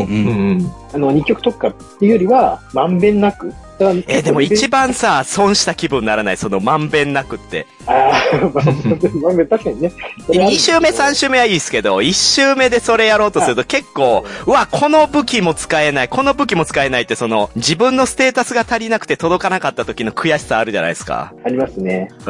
あの、二極特化っていうよりは、まんべんなく。 えー、でも一番さ、損した気分にならない、そのまんべんなくって。 ああ、まんべん、確かにね。 に周目さん周目はいいですけど、いち周目でそれやろうとすると結構、うわ、この武器も使えない、この武器も使えないって、その、自分のステータスが足りなくて届かなかった時の悔しさあるじゃないですか。 ありますね。うん。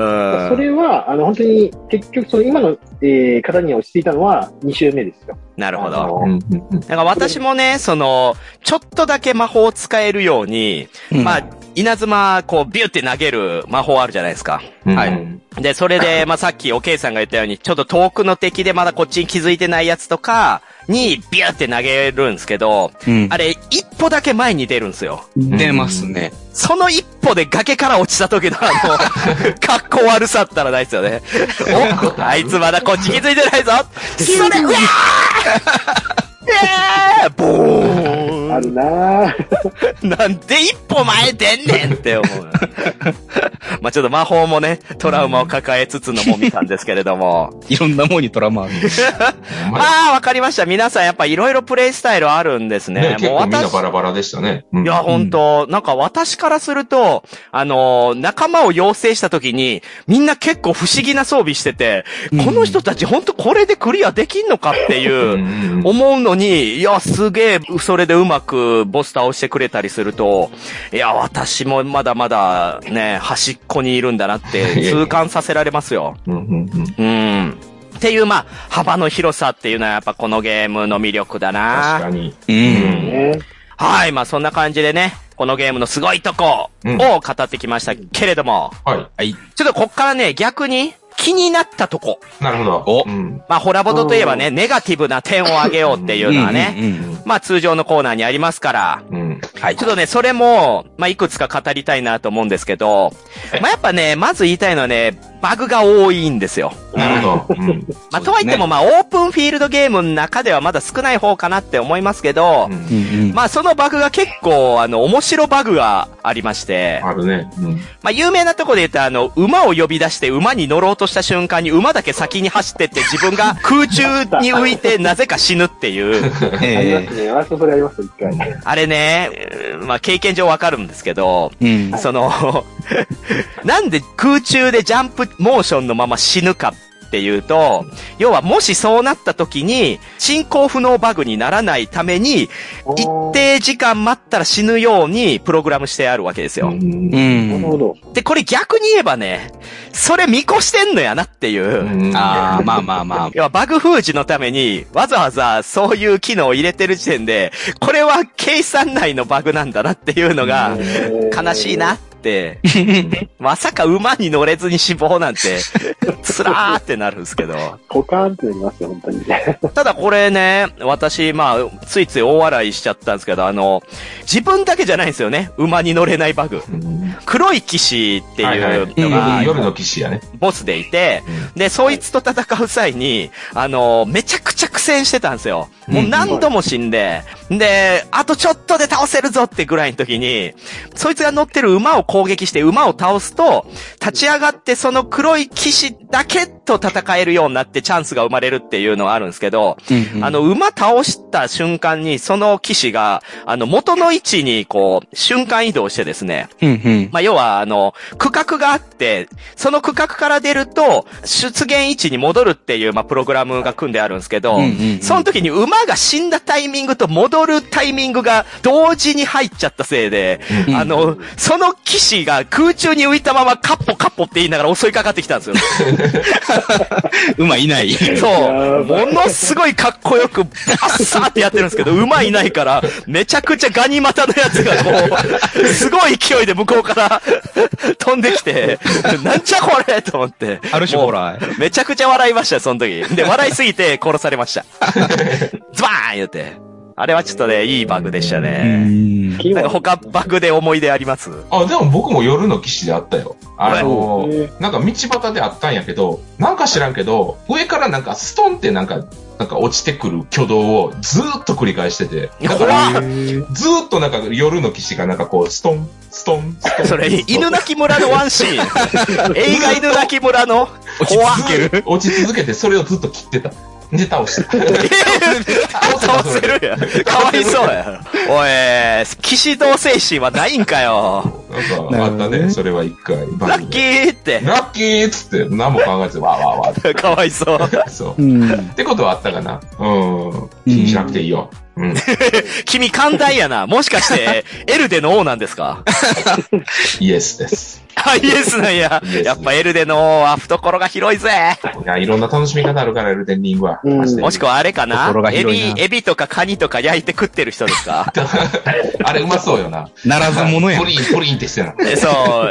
それは、あの、本当に、結局、その今の、えー、方に落ち着いたのはに周目ですよ。 なるほど。だから私もね、その、ちょっとだけ魔法を使えるように、うん、まあ、稲妻、こう、ビューって投げる魔法あるじゃないですか。うん、はい。で、それで、まあ、さっきおけいさんが言ったように、ちょっと遠くの敵でまだこっちに気づいてないやつとか、に、ビューって投げるんですけど、うん、あれ、一歩だけ前に出るんですよ。 出ますね。 その一歩で崖から落ちた時のあの、格好悪さったらないですよね。お、あいつまだこっち気づいてないぞそれ、うわーえーボーンあるなぁ。 なんで一歩前出んねんって思う。まあちょっと魔法もね、トラウマを抱えつつのもみたんですけれども。 いろんなもんにトラウマある。 ああ、わかりました。皆さんやっぱいろいろプレイスタイルあるんですね。 ね、結構みんなバラバラでしたね。 うん、いや、ほんと、なんか私からすると、あのー、仲間を養成した時に、みんな結構不思議な装備してて、うん、この人たちほんとこれでクリアできんのかっていう、思うのに、いや、すげえ、それでうまくボス倒してくれたりすると、いや、私もまだまだね、端っこにいるんだなって痛感させられますよ。うん。っていう、まあ、幅の広さっていうのはやっぱこのゲームの魅力だな。 確かに。 うん。はい、まあそんな感じでね、このゲームのすごいとこを語ってきましたけれども、 うん、はい。 はい。ちょっとこっからね、逆に、気になったとこ。 なるほど。 お、うん、まあ、ホラボドといえばね、ネガティブな点を上げようっていうのはね、うんうんうん、まあ、通常のコーナーにありますから、うん、はい。ちょっとね、それも、まあ、いくつか語りたいなと思うんですけど、まあ、やっぱね、まず言いたいのはね、バグが多いんですよ。 なるほど。うん、 まあ、とはいっても、まあ、オープンフィールドゲームの中ではまだ少ない方かなって思いますけど、うん、まあ、そのバグが結構、あの、面白バグがありまして、 あるね。うん、 まあ、有名なところで言ったら、あの、馬を呼び出して馬に乗ろうとした瞬間に馬だけ先に走ってって自分が空中に浮いてなぜか死ぬっていう。 えー、ありますね。あ、それあります、一回。 あれね、まあ、経験上わかるんですけど、うん、その、なんで空中でジャンプモーションのまま死ぬかっていうと、要はもしそうなった時に進行不能バグにならないために一定時間待ったら死ぬようにプログラムしてあるわけですよ。うん。 なるほど。 で、これ逆に言えばね、それ見越してんのやなっていう。 うん、ああ、まあまあまあ。 要はバグ封じのためにわざわざそういう機能を入れてる時点で、これは計算内のバグなんだなっていうのが悲しいなって。まさか馬に乗れずに死亡なんて、つらーってなるんですけど。 ポカーンってなりますよ、本当に。 ただこれね、私、まあ、ついつい大笑いしちゃったんですけど、あの、自分だけじゃないんですよね。馬に乗れないバグ。黒い騎士っていうのが、はいはい、 夜の騎士やね。 ボスでいて、で、そいつと戦う際に、あの、めちゃくちゃ苦戦してたんですよ。もう何度も死んで、で、あとちょっとで倒せるぞってぐらいの時に、そいつが乗ってる馬を攻撃して馬を倒すと、立ち上がってその黒い騎士だけと戦えるようになってチャンスが生まれるっていうのはあるんですけど、 うんうん、 あの、馬倒した瞬間に、その騎士が、あの、元の位置に、こう、瞬間移動してですね、 うんうん、 まあ、要は、あの、区画があって、その区画から出ると、出現位置に戻るっていう、まあ、プログラムが組んであるんですけど、うんうんうん、その時に馬が死んだタイミングと戻るタイミングが同時に入っちゃったせいで、うん、あの、その騎士が空中に浮いたままカッポカッポって言いながら襲いかかってきたんですよ。 馬いない。 そう。ものすごいかっこよく、バッサーってやってるんですけど、馬いないから、めちゃくちゃガニ股のやつがこう、すごい勢いで向こうから飛んできて、なんちゃこれと思って。 ある種ホラー。めちゃくちゃ笑いました、その時。で、笑いすぎて殺されました。ズバーン言って。あれはちょっとね、いいバグでしたね。なんか他バグで思い出あります？ あ、でも僕も夜の騎士であったよ。あの、なんか道端であったんやけど、なんか知らんけど、上からなんかストンってなんか、なんか落ちてくる挙動をずーっと繰り返してて。だからずーっとなんか夜の騎士がなんかこう、ストン、ストン、ストン。 それ、犬鳴村のワンシーン。映画犬鳴村の落ち続ける落ち続けて、それをずっと切ってた。で、倒した。 倒せるやん。かわいそうや。おい、騎士道精神はないんかよ。 なんか、あったね、それは一回。 ラッキーって。 ラッキーっつって、何も考えず、わーわーわーって。 かわいそう。 そう。うん、ってことはあったかな。うん。気にしなくていいよ。うん、 君寛大やな。もしかして、エルデの王なんですか？ イエスです。 あ、イエスなんや。やっぱエルデの王は懐が広いぜ。 いや、いろんな楽しみ方あるから、エルデンリングは。 うん、もしくはあれかなエビ、エビとかカニとか焼いて食ってる人ですか？ あれうまそうよな。 ならず者やん。 プリン、プリンってしてな。 そう、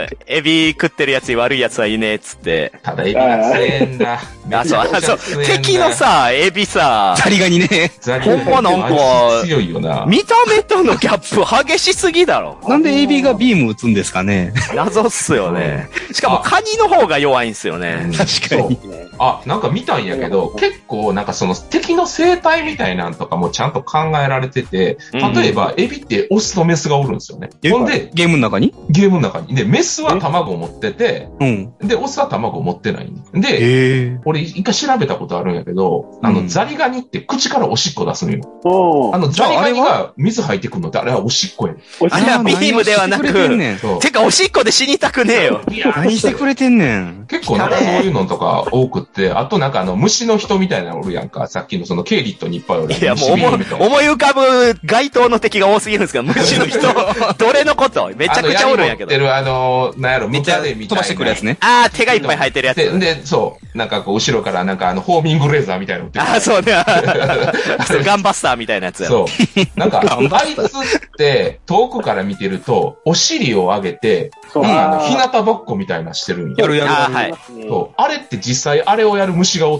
エビ食ってるやつに悪いやつはいねえっつって。 ただエビが強えんだ。 あ、そう、あ、そう。敵のさ、エビさ、 ザリガニね。 ほんまなんか、 強いよな。 見た目とのギャップ激しすぎだろ。 なんでエビがビーム撃つんですかね。 謎っすよね。しかもカニの方が弱いんすよね。 確かに。 あ、なんか見たんやけど、結構なんかその敵の生態みたいなんとかもちゃんと考えられてて、例えばエビってオスとメスがおるんですよね。ほんで、 ゲームの中にゲームの中に。で、メスは卵を持ってて、うん、で、オスは卵を持ってない。で、俺一回調べたことあるんやけど、あの、うん、ザリガニって口からおしっこ出すのよ。あの、ザリガニが水入ってくるのってあれはおしっこやねん。 あれはビームではなく、てかおしっこで死にたくねえよ。 何してくれてんねん。 結構なんかそういうのとか多くって、あとなんかあの虫の人みたいなのおるやんか。さっきのそのケイリットにいっぱいおる。 いやもう思い、思い浮かぶ街灯の敵が多すぎるんですけど、虫の人、どれのことめちゃくちゃおるんやけど。 あの、やり持ってるあの、なんやろ、 めっちゃ飛ばしてくるやつね。 あー、手がいっぱい生えてるやつ。 で、で、そう。なんかこう後ろからなんかあの、ホーミングレーザーみたいなのあー、そうね。ガンバスターみたいなやつや。 そう。なんか、あいつって遠くから見てると、お尻を上げて、あの、日向ぼっこみたいなしてるんや。やるやる。 あ、はい。 そう。あれって実際あれをやる虫がおって、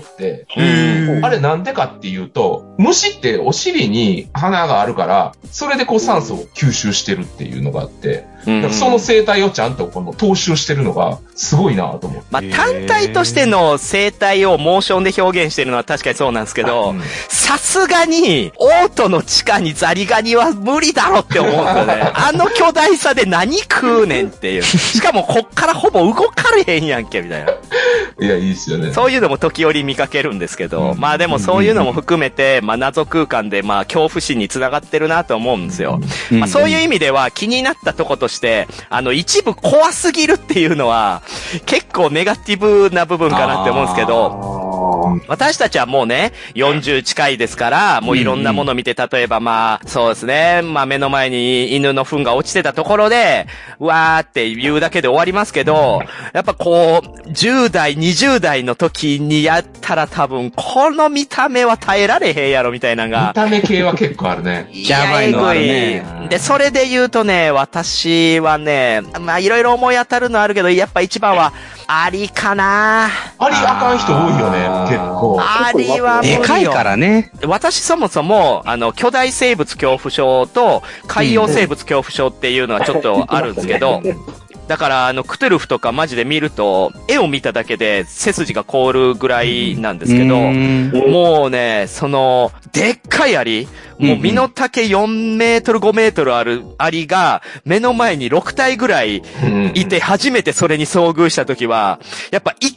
あれなんでかっていうと、虫ってお尻に鼻があるから、それでこう酸素を吸収してるっていうのがあって、だからその生態をちゃんとこの踏襲してるのがすごいなと思って。 まあ、単体としての生態をモーションで表現してるのは確かにそうなんですけど、さすがに、オートの地下にザリガニは無理だろって思うんだよね。あの巨大さで何食うねんっていう。しかもこっからほぼ動かれへんやんけ、みたいな。 いや、いいっすよね。 そういうのも時折見かけるんですけど、うん、まあでもそういうのも含めて、まあ謎空間でまあ恐怖心につながってるなと思うんですよ。うん、まあそういう意味では気になったとことして、あの一部怖すぎるっていうのは結構ネガティブな部分かなって思うんですけど、私たちはもうね、よんじゅう近いですから、もういろんなもの見て、例えばまあ、そうですね、まあ目の前に犬の糞が落ちてたところで、うわーって言うだけで終わりますけど、やっぱこう、じゅう代、にじゅう代の時にやったら多分、この見た目は耐えられへんやろみたいなのが。 見た目系は結構あるね。 やばいのあるね。 で、それで言うとね、私はね、まあいろいろ思い当たるのあるけど、やっぱ一番は、アリかな。 アリあかん人多いよね、結構。 アリは無理よ。 でかいからね。 私そもそも、あの、巨大生物恐怖症と海洋生物恐怖症っていうのはちょっとあるんですけど、だから、あの、クトゥルフとかマジで見ると、絵を見ただけで背筋が凍るぐらいなんですけど、もうね、その、でっかいアリ、もう身の丈よんメートルごメートルあるアリが、目の前にろく体ぐらいいて初めてそれに遭遇したときは、やっぱ一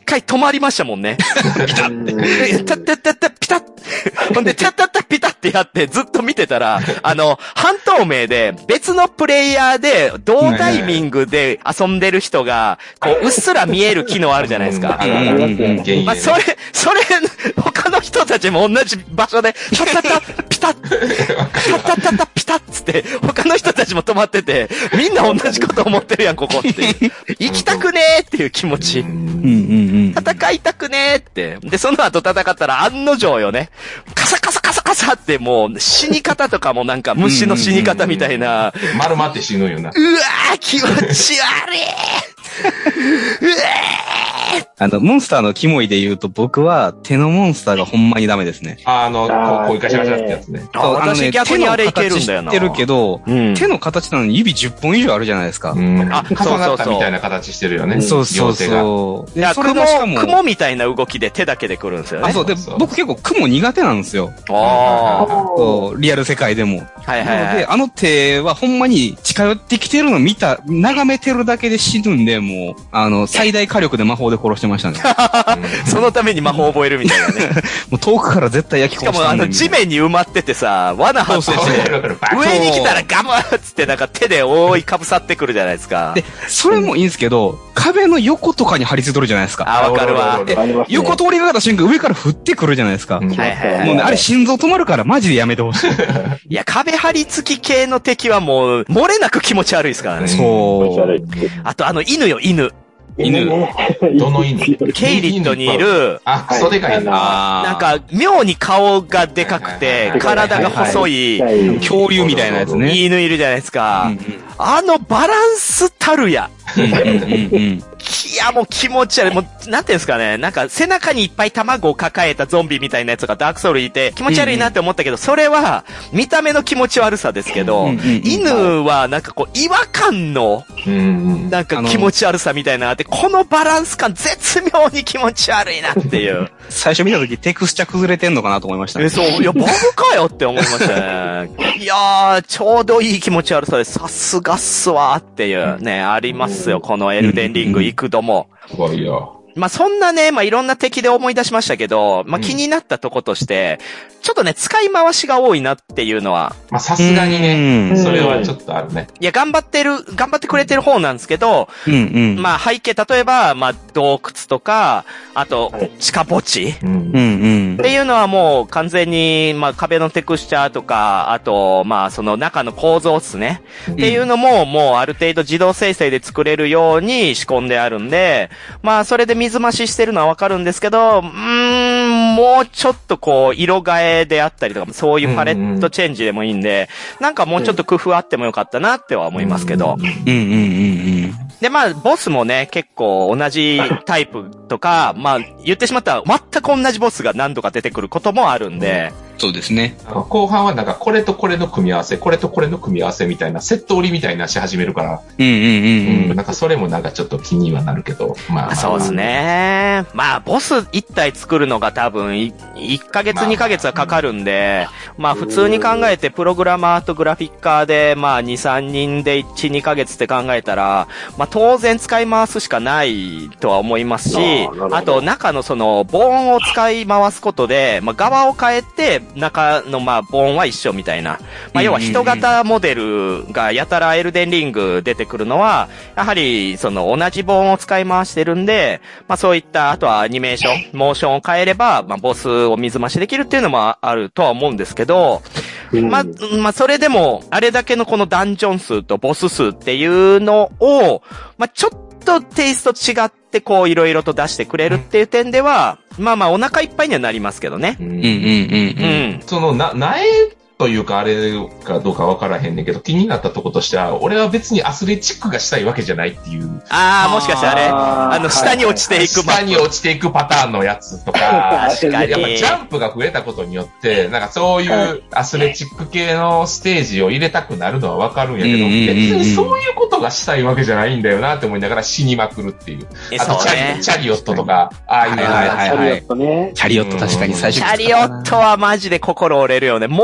回止まりましたもんね。ピタッて。タッタッタッタッピタッ。ほんで、タッタッタッピタッってやってずっと見てたら、あの、半透明で別のプレイヤーで同タイミングで遊んでる人が、こう、うっすら見える機能あるじゃないですか。まあ、それ、それ、他の人たちも同じ場所で、タッタッタッピタッ、タッタッタッタッピタッつって、他の人たちも止まってて、みんな同じこと思ってるやん、ここって。行きたくねーっていう気持ち。戦いたくねーって。で、その後戦ったら案の定よね。カサカサカサカサってもう死に方とかもなんか虫の死に方みたいな。 丸まって死ぬよな。 うわー気持ち悪いうわーあの、モンスターのキモいで言うと僕は手のモンスターがほんまにダメですね。 あ、あの、こういうガシャガシャってやつね。 あ、私逆にあれいけるんだよな。 手の形してるけど、うん、手の形なのに指じゅっぽん以上あるじゃないですか。 うん、あ、重なったみたいな形してるよね。 そうそうそう。 いや、雲、雲みたいな動きで手だけで来るんですよね。 あ、そう。で、僕結構雲苦手なんですよ。 ああ。リアル世界でも。 はいはいはい。 なので、あの手はほんまに近寄ってきてるの見た、眺めてるだけで死ぬんで、もう、あの、最大火力で魔法で殺してましたね。 そのために魔法を覚えるみたいなね。 もう遠くから絶対焼き殺したんで。 しかもあの地面に埋まっててさ、罠張ってて、上に来たらガブーっつってなんか手で覆いかぶさってくるじゃないですか。 で、それもいいんですけど、壁の横とかに張り付いとるじゃないですか。 あ、わかるわ。 横通りがかった瞬間上から降ってくるじゃないですか。 はいはいはい。 もうね、あれ心臓止まるからマジでやめてほしい。 いや、壁張り付き系の敵はもう、漏れなく気持ち悪いですからね。 そう。 あとあの犬よ、犬。 犬。 どの犬？ ケイリットにいる、 あ、クソでかいな。 なんか、妙に顔がでかくて、体が細い、 恐竜みたいなやつね。 犬いるじゃないですか。あのバランスたるや。いや、もう気持ち悪い。もう、なんていうんですかね。なんか、背中にいっぱい卵を抱えたゾンビみたいなやつがダークソウルにいて、気持ち悪いなって思ったけど、それは、見た目の気持ち悪さですけど、犬は、なんかこう、違和感の、なんか気持ち悪さみたいなのあって、このバランス感、絶妙に気持ち悪いなっていう。 最初見たとき、テクスチャ崩れてんのかなと思いましたね。 え、そう。いや、バグかよって思いましたね。いやー、ちょうどいい気持ち悪さで、さすがっすわーっていうね、ありますよ。このエルデンリング幾度も。 すごいよ。 まあ、そんなね、まあ、いろんな敵で思い出しましたけど、まあ、気になったとことして、うん、ちょっとね、使い回しが多いなっていうのは。 まあ、さすがにね、それはちょっとあるね。 いや、頑張ってる、頑張ってくれてる方なんですけど、 うんうん、 まあ、背景、例えば、まあ、洞窟とか、あと、地下墓地、 うんうん、 っていうのはもう完全に、まあ、壁のテクスチャーとか、あと、まあ、その中の構造っすね。うん、っていうのも、もうある程度自動生成で作れるように仕込んであるんで、まあ、それで水増ししてるのはわかるんですけど、うーん、もうちょっとこう、色替えであったりとか、そういうパレットチェンジでもいいんで、なんかもうちょっと工夫あってもよかったなっては思いますけど。 うんうんうんうん。 で、まあ、ボスもね、結構同じタイプとか、まあ、言ってしまったら全く同じボスが何度か出てくることもあるんで、 そうですね。 後半はなんかこれとこれの組み合わせ、これとこれの組み合わせみたいな、セット売りみたいなし始めるから。 うんうんうんうん。 うん、なんかそれもなんかちょっと気にはなるけど。まあ。 そうですね。まあ、ボス一体作るのが多分いっかげつにかげつはかかるんで、まあ普通に考えてプログラマーとグラフィッカーでまあに、さんにんでいち、にかげつって考えたら、まあ当然使い回すしかないとは思いますし、あと中のそのボーンを使い回すことで、まあ側を変えて、中のまあボーンは一緒みたいな。まあ要は人型モデルがやたらエルデンリング出てくるのは、やはりその同じボーンを使い回してるんで、まあそういったあとはアニメーション、モーションを変えれば、まあボスを水増しできるっていうのもあるとは思うんですけど、まあ、まあそれでも、あれだけのこのダンジョン数とボス数っていうのを、まあちょっとテイスト違ってこういろいろと出してくれるっていう点では、まあまあお腹いっぱいにはなりますけどね。 うんうんうんうん。 そのな、苗というかあれかどうかわからへんねんけど、気になったとことしては、俺は別にアスレチックがしたいわけじゃないっていう。 ああ、もしかしてあれあの、下に落ちていく、 下に落ちていくパターンのやつとか、 確かに。 やっぱジャンプが増えたことによって、なんかそういうアスレチック系のステージを入れたくなるのはわかるんやけど、別にそういうことがしたいわけじゃないんだよなって思いながら死にまくるっていう。あとチャリ、ね、チャリオットとか、ああいうのはいはいはい。チャリオット確かに最初チャリオットはマジで心折れるよね。もう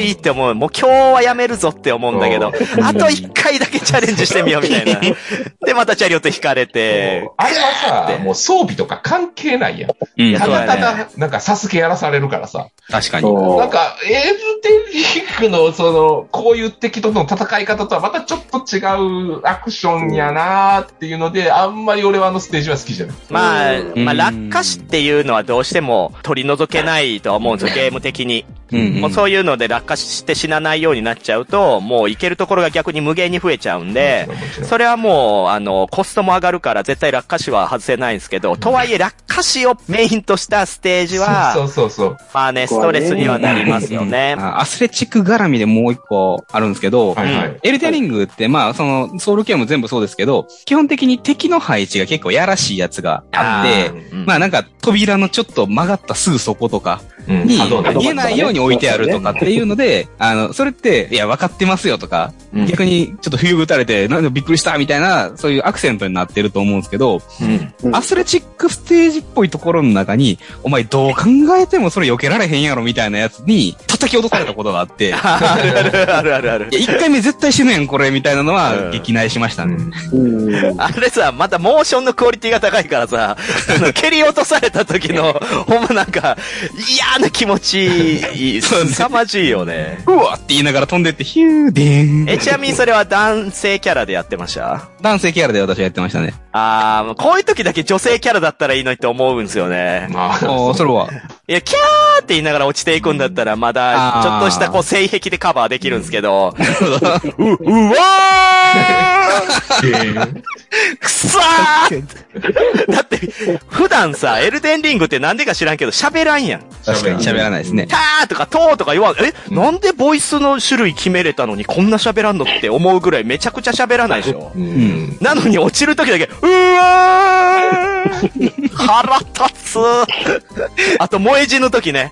いって思う。もう今日はやめるぞって思うんだけど、あと一回だけチャレンジしてみようみたいな。で、またチャリオット引かれて。 あれはさ、もう装備とか関係ないやん。うん、ただただ、なんかサスケやらされるからさ。 確かに。 なんか、エルデンリングのその、こういう敵との戦い方とはまたちょっと違うアクションやなーっていうので、あんまり俺はあのステージは好きじゃない。 まあ、まあ、落下死っていうのはどうしても取り除けないとは思うんですよ、ゲーム的に。うんうん、もうそういうので落下して死なないようになっちゃうと、もういけるところが逆に無限に増えちゃうんで、それはもう、あの、コストも上がるから絶対落下死は外せないんですけど、とはいえ落下死をメインとしたステージは、 そうそうそう。 まあね、ストレスにはなりますよね。 アスレチック絡みでもう一個あるんですけど、はいはい、エルデンリングって、まあ、その、ソウル系も全部そうですけど、基本的に敵の配置が結構やらしいやつがあって、うん、まあなんか扉のちょっと曲がったすぐそことかに、見えないように置いてあるとかっていうので、あの、それって、いや、分かってますよとか、うん、逆にちょっと冬打たれて、なんでびっくりしたみたいな、そういうアクセントになってると思うんですけど、うん、アスレチックステージっぽいところの中に、お前どう考えてもそれ避けられへんやろみたいなやつに叩き落とされたことがあって、 あるあるあるあるある。 いや、一回目絶対死ぬやんこれみたいなのは撃退しましたね。 うん、あれさ、またモーションのクオリティが高いからさ、蹴り落とされた時の、ほんまなんか、嫌な気持ち、凄まじいよね。 うわって言いながら飛んでって、ヒューデーン。 え、ちなみにそれは男性キャラでやってました？ 男性キャラで私はやってましたね。 あー、こういう時だけ女性キャラだったらいいのにって思うんですよね。 ああ、それは。 いや、キャーって言いながら落ちていくんだったら、まだ、ちょっとしたこう、性癖でカバーできるんですけど、う、うわーくそーだって、普段さ、エルデンリングってなんでか知らんけど喋らんやん。 確かに喋らないですね。 ターとかトーとか言わん。え、なんでボイスの種類決めれたのにこんな喋らんのって思うぐらいめちゃくちゃ喋らないでしょ。うん、なのに落ちる時だけ、うわー腹立つあと、萌え死ぬ時ね。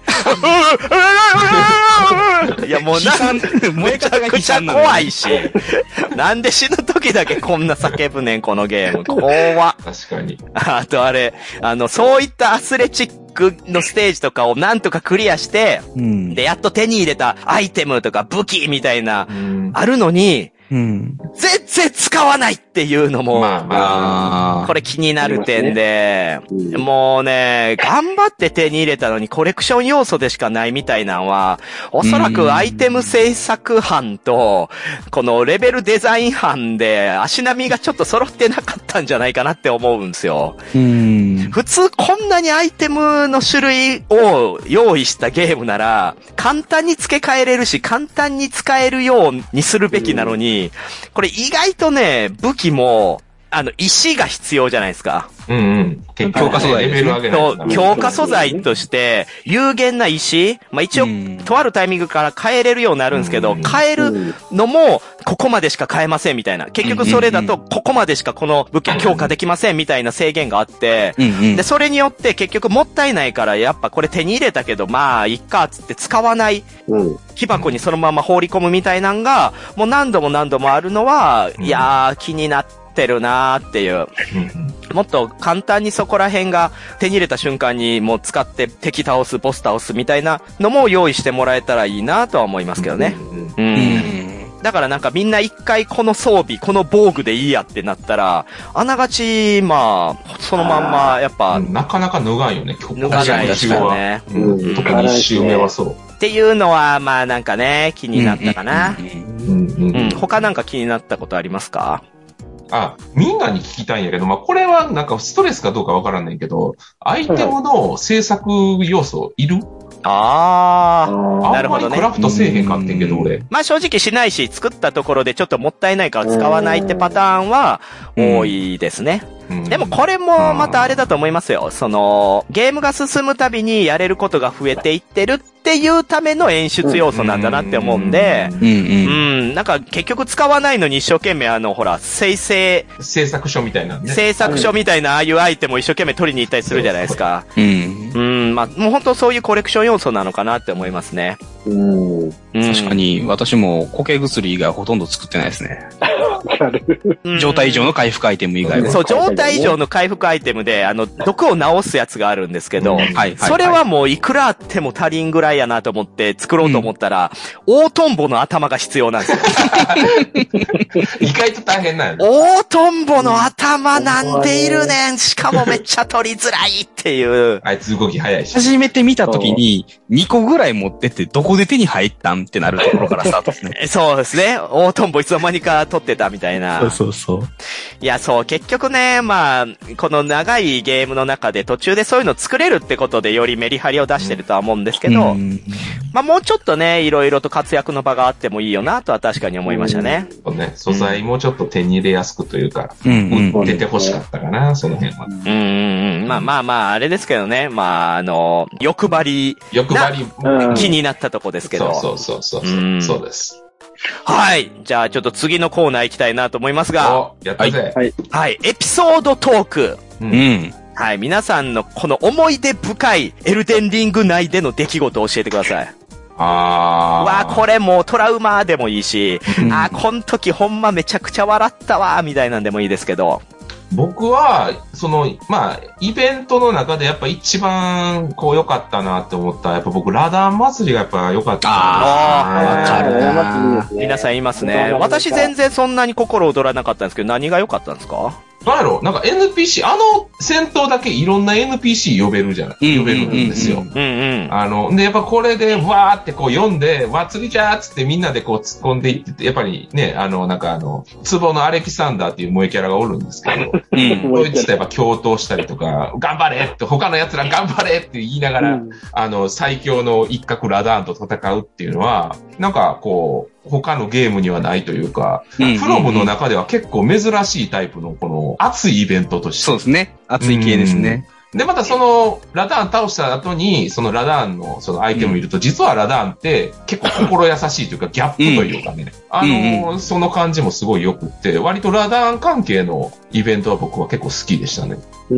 いや、もうな、めちゃくちゃ怖いし。なんで死ぬ時だけこんな叫ぶねん、このゲーム。怖っ。 確かに。 あとあれ、あの、そういったアスレチックのステージとかをなんとかクリアして、うん、で、やっと手に入れたアイテムとか武器みたいな、うん、あるのに、うん、全然使わないっていうのも、まあまあ、これ気になる点で、ね、もうね、頑張って手に入れたのにコレクション要素でしかないみたいなのは、おそらくアイテム制作班と、このレベルデザイン班で足並みがちょっと揃ってなかったんじゃないかなって思うんですよ。うん普通こんなにアイテムの種類を用意したゲームなら、簡単に付け替えれるし、簡単に使えるようにするべきなのに、これ意外とね、武器も、あの、石が必要じゃないですか。 うんうん。強化素材レベル上げないと。 強化素材として、有限な石、まあ、一応、とあるタイミングから変えれるようになるんですけど、変えるのも、ここまでしか変えませんみたいな。結局それだと、ここまでしかこの武器強化できませんみたいな制限があって、で、それによって結局もったいないから、やっぱこれ手に入れたけど、まあ、いっか、つって使わない、木箱にそのまま放り込むみたいなんが、もう何度も何度もあるのは、いやー、気になって、てるなーっていう。もっと簡単にそこら辺が手に入れた瞬間にもう使って敵倒す、ボス倒すみたいなのも用意してもらえたらいいなとは思いますけどね。うん。うん、だからなんかみんな一回この装備、この防具でいいやってなったら、あながち、まあ、そのまんま、やっぱ。 なかなか脱がんよね、 脱がないですよね。 うん、特に一周目はそう。 っていうのは、まあなんかね、気になったかな。うん。他なんか気になったことありますか？ あ、みんなに聞きたいんやけど、まあ、これはなんかストレスかどうかわからないけど、アイテムの制作要素いる？ ああ、なるほどね。 あんまりクラフトせえへんかってんけど、俺。 まあ正直しないし、作ったところでちょっともったいないから使わないってパターンは多いですね。うん、でもこれもまたあれだと思いますよ。その、ゲームが進むたびにやれることが増えていってるっていうための演出要素なんだなって思うんで、うん、うん、なんか結局使わないのに一生懸命あの、ほら、生成、 制作書みたいなね。 制作書みたいなああいうアイテムを一生懸命取りに行ったりするじゃないですか。うん。うん、まあ、もう本当そういうコレクション要素なのかなって思いますね。 うん。確かに、私も固形薬以外はほとんど作ってないですね。状態以上の回復アイテム以外は。 そう、状態以上の回復アイテムで、あの、毒を治すやつがあるんですけど、はい、それはもういくらあっても足りんぐら題やなと思って作ろうと思ったら、うん、大トンボの頭が必要なんですよ。 意外と大変なんやね。 大トンボの頭なんでいるねん。しかもめっちゃ取りづらいっていう。 あいつ動き早いし。 初めて見たときに、にこぐらい持ってってどこで手に入ったんってなるところからスタートですね。 そうですね。大トンボいつの間にか取ってたみたいな。 そうそうそう。 いや、そう、結局ね、まあ、この長いゲームの中で途中でそういうの作れるってことでよりメリハリを出してるとは思うんですけど、うん、まあもうちょっとね、いろいろと活躍の場があってもいいよなとは確かに思いましたね。 そうね、素材もちょっと手に入れやすくというか、うん、売ってて欲しかったかな、その辺は。 うんうんうん。まあまあまあ、あれですけどね、まああの、欲張り。 欲張り。 気になったとこですけど。 そうそうそうそう。うん、そうです。 はい。じゃあちょっと次のコーナー行きたいなと思いますが。 お、やったぜ。 はい。はい。エピソードトーク。 うん。 はい。皆さんのこの思い出深いエルデンリング内での出来事を教えてください。 あー。わー、これもうトラウマでもいいし、あー、この時ほんまめちゃくちゃ笑ったわー、みたいなんでもいいですけど。 僕は、その、まあ、イベントの中でやっぱ一番、こう、良かったなって思った、やっぱ僕、ラダン祭りがやっぱ良かったな。 ああ、わかる。皆さん言いますね。私全然そんなに心躍らなかったんですけど、何が良かったんですか？ なんやろなんか エヌピーシー、あの戦闘だけいろんな エヌピーシー 呼べるじゃない、呼べるんですよ。 うんうん。 あの、で、やっぱこれで、わーってこう読んで、わ、釣りじゃーっつってみんなでこう突っ込んでいってて、やっぱりね、あの、なんかあの、壺のアレキサンダーっていう萌えキャラがおるんですけど、うん、こいつとやっぱ共闘したりとか、頑張れって、他の奴ら頑張れって言いながら、うん、あの、最強の一角ラダーンと戦うっていうのは、なんかこう、他のゲームにはないというか、うんうんうん、フロムの中では結構珍しいタイプのこの熱いイベントとして。 そうですね。熱い系ですね。 で、またその、ラダーン倒した後に、そのラダーンのそのアイテムを見ると、うん、実はラダーンって結構心優しいというか、ギャップというかね、うん、あの、うん、その感じもすごい良くって、割とラダーン関係のイベントは僕は結構好きでしたね。 うん、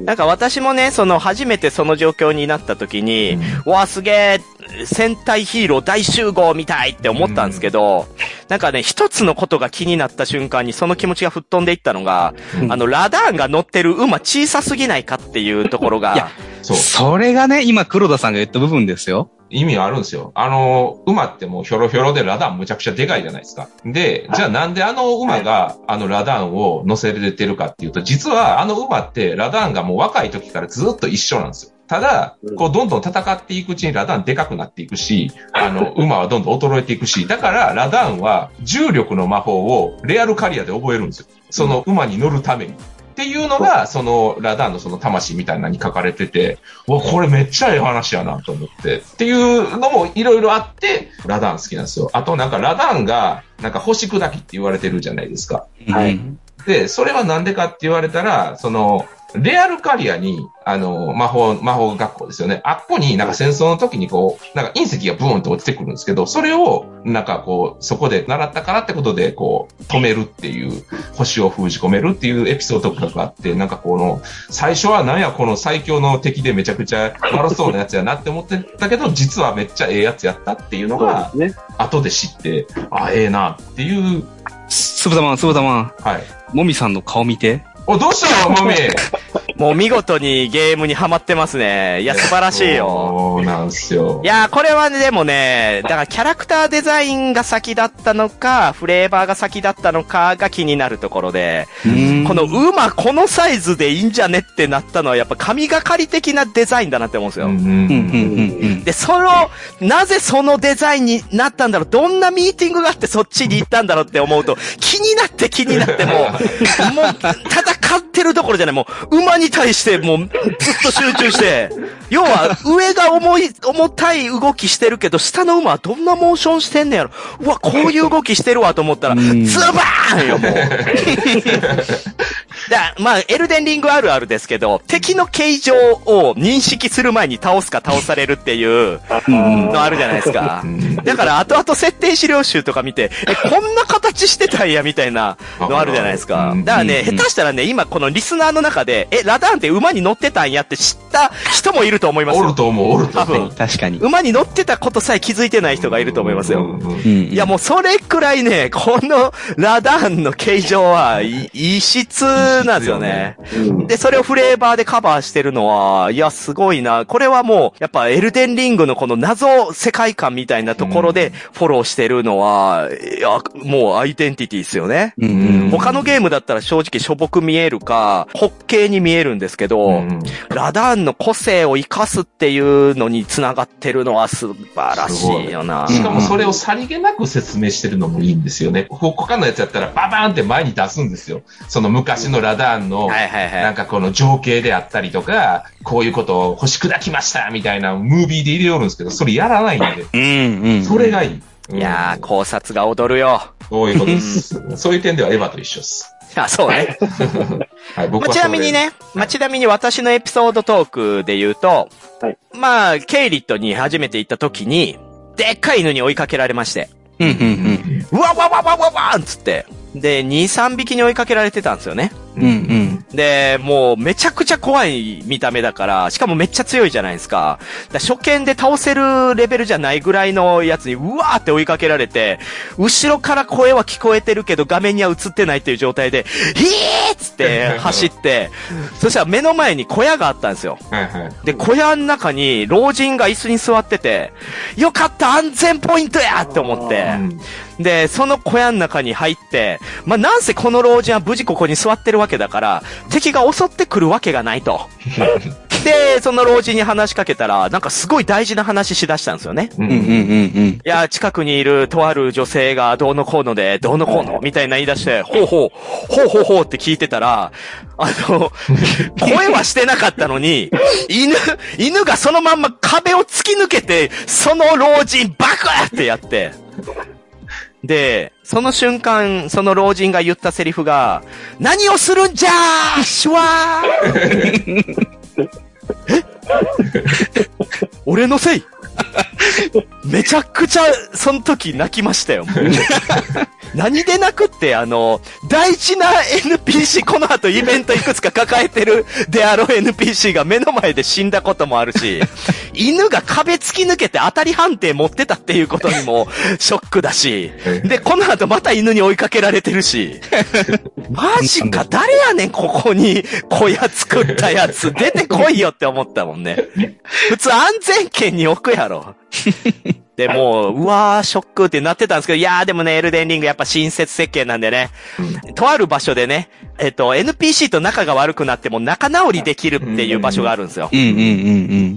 なんか私もね、その初めてその状況になった時に、うん、わーすげー、戦隊ヒーロー大集合みたいって思ったんですけど、うん、なんかね、一つのことが気になった瞬間にその気持ちが吹っ飛んでいったのが、うん、あの、ラダーンが乗ってる馬小さすぎないかっていうところが。 いや、そう。それがね、今黒田さんが言った部分ですよ。 意味あるんですよ。あの、馬ってもうひょろひょろでラダーンむちゃくちゃでかいじゃないですか。で、じゃあなんであの馬があのラダーンを乗せれてるかっていうと、実はあの馬ってラダーンがもう若い時からずっと一緒なんですよ。ただ、こうどんどん戦っていくうちにラダーンでかくなっていくし、あの、馬はどんどん衰えていくし、だからラダーンは重力の魔法をレアルカリアで覚えるんですよ。その馬に乗るために。っていうのが、その、ラダーンのその魂みたいなのに書かれてて、わ、これめっちゃええ話やなと思って。っていうのもいろいろあって、ラダーン好きなんですよ。あとなんかラダーンが、なんか星砕きって言われてるじゃないですか。 はい。 で、それはなんでかって言われたら、その、レアルカリアに、あの、魔法、魔法学校ですよね。あっこになんか戦争の時にこう、なんか隕石がブーンと落ちてくるんですけど、それを、なんかこう、そこで習ったからってことで、こう、止めるっていう、星を封じ込めるっていうエピソードがあって、なんかこの、最初はなんやこの最強の敵でめちゃくちゃ悪そうなやつやなって思ってたけど、実はめっちゃええやつやったっていうのが、ね、後で知って、あ、ええなっていう。 つぶたまん、つぶたまん。 はい。 もみさんの顔見て。 お、どうしたのもみもう見事にゲームにハマってますね。いや、素晴らしいよ。 そうなんすよ。 いや、これはね、でもね、だからキャラクターデザインが先だったのか、フレーバーが先だったのかが気になるところで、この馬このサイズでいいんじゃねってなったのはやっぱ神がかり的なデザインだなって思うんですよ。で、その、なぜそのデザインになったんだろう、どんなミーティングがあってそっちに行ったんだろうって思うと、気になって気になってもう、もう、戦ってるどころじゃない、もう、馬に対してもう、ずっと集中して、要は、上が重い、重たい動きしてるけど、下の馬はどんなモーションしてんねやろ。うわ、こういう動きしてるわと思ったら、ズバーンよ、もう。だまあ、エルデンリングあるあるですけど、敵の形状を認識する前に倒すか倒されるっていうのあるじゃないですか。だから、後々設定資料集とか見て、え、こんな形してたんや、みたいなのあるじゃないですか。だからね、下手したらね、今このリスナーの中で、え、ラダーンって馬に乗ってたんやって知った人もいると思いますよ。 おると思う、おると思う。確かに。 馬に乗ってたことさえ気づいてない人がいると思いますよ。いや、もうそれくらいね、このラダーンの形状は、異質なんですよね。で、それをフレーバーでカバーしてるのは、いや、すごいな。これはもう、やっぱエルデンリングのこの謎世界観みたいなところでフォローしてるのは、いや、もうアイデンティティですよね。うん、他のゲームだったら正直しょぼく見えるか、滑稽に見えるんですけど、うん、ラダーンの個性を生かすっていうのに繋がってるのは素晴らしいよな。 しかもそれをさりげなく説明してるのもいいんですよね。他のやつやったらババーンって前に出すんですよ。その昔のラダーンの、なんかこの情景であったりとか、こういうことを星砕きましたみたいなムービーで入れよるんですけど、それやらないんで。うんうん、それがいい。 いやー、考察が踊るよ。 そういうことです。そういう点ではエヴァと一緒です。 あ、そうね。はい、僕はまあ、ちなみにね、まあ、ちなみに私のエピソードトークで言うと、はい、まあ、ケイリットに初めて行った時に、でっかい犬に追いかけられまして。うんうんうん。うわわわわわわんつって。で、に、さんびきに追いかけられてたんですよね。うんうん。で、もうめちゃくちゃ怖い見た目だから、しかもめっちゃ強いじゃないですか。だから初見で倒せるレベルじゃないぐらいのやつにうわーって追いかけられて、後ろから声は聞こえてるけど画面には映ってないっていう状態で、ヒーッつって走って、そしたら目の前に小屋があったんですよ。で、小屋の中に老人が椅子に座ってて、よかった安全ポイントやって思って、で、その小屋の中に入って、まあ、なんせこの老人は無事ここに座ってるわけだから、敵が襲ってくるわけがないと。で、その老人に話しかけたら、なんかすごい大事な話しだしたんですよね。うんうんうんうん。いや、近くにいるとある女性がどうのこうので、どうのこうの、みたいな言い出して、ほうほう、ほうほうほうって聞いてたら、あの、声はしてなかったのに、犬、犬がそのまんま壁を突き抜けて、その老人バクッってやって、で、その瞬間、その老人が言ったセリフが、何をするんじゃーシュワーえ俺のせいめちゃくちゃ、その時泣きましたよ。何で泣くって、あの、大事な エヌピーシー、この後イベントいくつか抱えてるであろう エヌピーシー が目の前で死んだこともあるし、犬が壁突き抜けて当たり判定持ってたっていうことにもショックだし、で、この後また犬に追いかけられてるし、マジか、誰やねん、ここに小屋作ったやつ、出てこいよって思ったもんね。普通安全圏に置くやろ。で、もう、うわー、ショックってなってたんですけど、いやーでもね、エルデンリングやっぱ親切設計なんでね、うん、とある場所でね、えっと、エヌピーシー と仲が悪くなっても仲直りできるっていう場所があるんですよ。うんうんうんうん。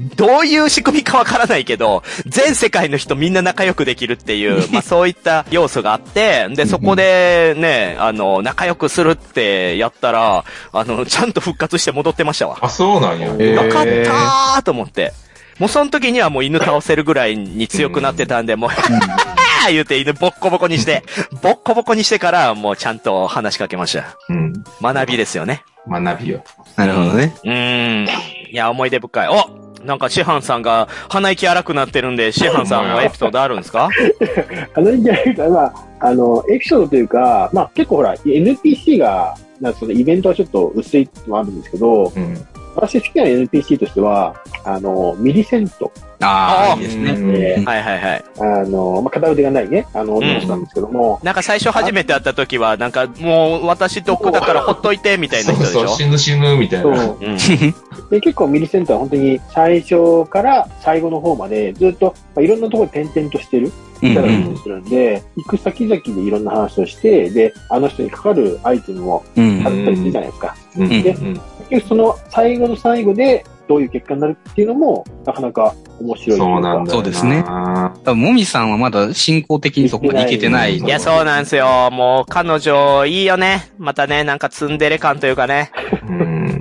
どういう仕組みかわからないけど、全世界の人みんな仲良くできるっていう、まあそういった要素があって、で、そこでね、あの、仲良くするってやったら、あの、ちゃんと復活して戻ってましたわ。 あ、そうなんや。 よかったーと思って。もうその時にはもう犬倒せるぐらいに強くなってたんで、もう、言うて犬ボッコボコにして、ボッコボコにしてからもうちゃんと話しかけました。うん。学びですよね。 学びよ。 なるほどね。 うーん。いや、思い出深い。おなんかシハンさんが鼻息荒くなってるんで、シハンさんはエピソードあるんですか？ 鼻息荒いから、まあ、あの、エピソードというか、まあ結構ほら、エヌピーシー が、なんかそのイベントはちょっと薄いのもあるんですけど、うん、私好きな エヌピーシー としては、あの、ミリセント。 ああ、いいですね。えー、はいはいはい。 あの、まあ、片腕がないね、あの、女の人なんですけども、 うん。なんか最初初めて会った時は、なんかもう私ドッグだからほっといて、みたいな人でしょ。 そうそう、死ぬ死ぬ、みたいな。そう。うん、 で、結構ミリセントは本当に最初から最後の方までずっと、まあ、いろんなところで転々としてる。キャラだったりするんで、うん、行く先々でいろんな話をして、で、あの人にかかるアイテムもあったりするじゃないですか。うん、で、結局その最後の最後で、どういう結果になるっていうのも、なかなか面白い。 そうなんだ。 そうですね。多分、もみさんはまだ進行的にそこまでいけてない。 いや、そうなんですよ。もう、彼女、いいよね。またね、なんかツンデレ感というかね。うん。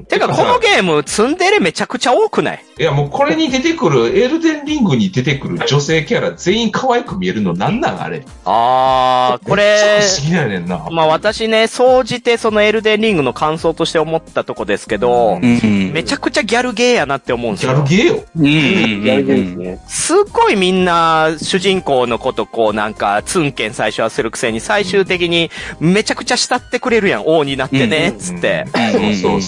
てか、このゲーム、ツンデレめちゃくちゃ多くない？ いや、もうこれに出てくる、エルデンリングに出てくる女性キャラ全員可愛く見えるのなんなんあれ。 あー、これ。 めっちゃ不思議だよねんな。 まあ私ね、総じてそのエルデンリングの感想として思ったとこですけど、うん、めちゃくちゃギャルゲーやなって思うんですよ。 ギャルゲーよ。うん。 ギャルゲーですね。 すっごいみんな、主人公のことこうなんか、ツンケン最初はするくせに、最終的にめちゃくちゃ慕ってくれるやん、王になってね、つって。 そうそうそう。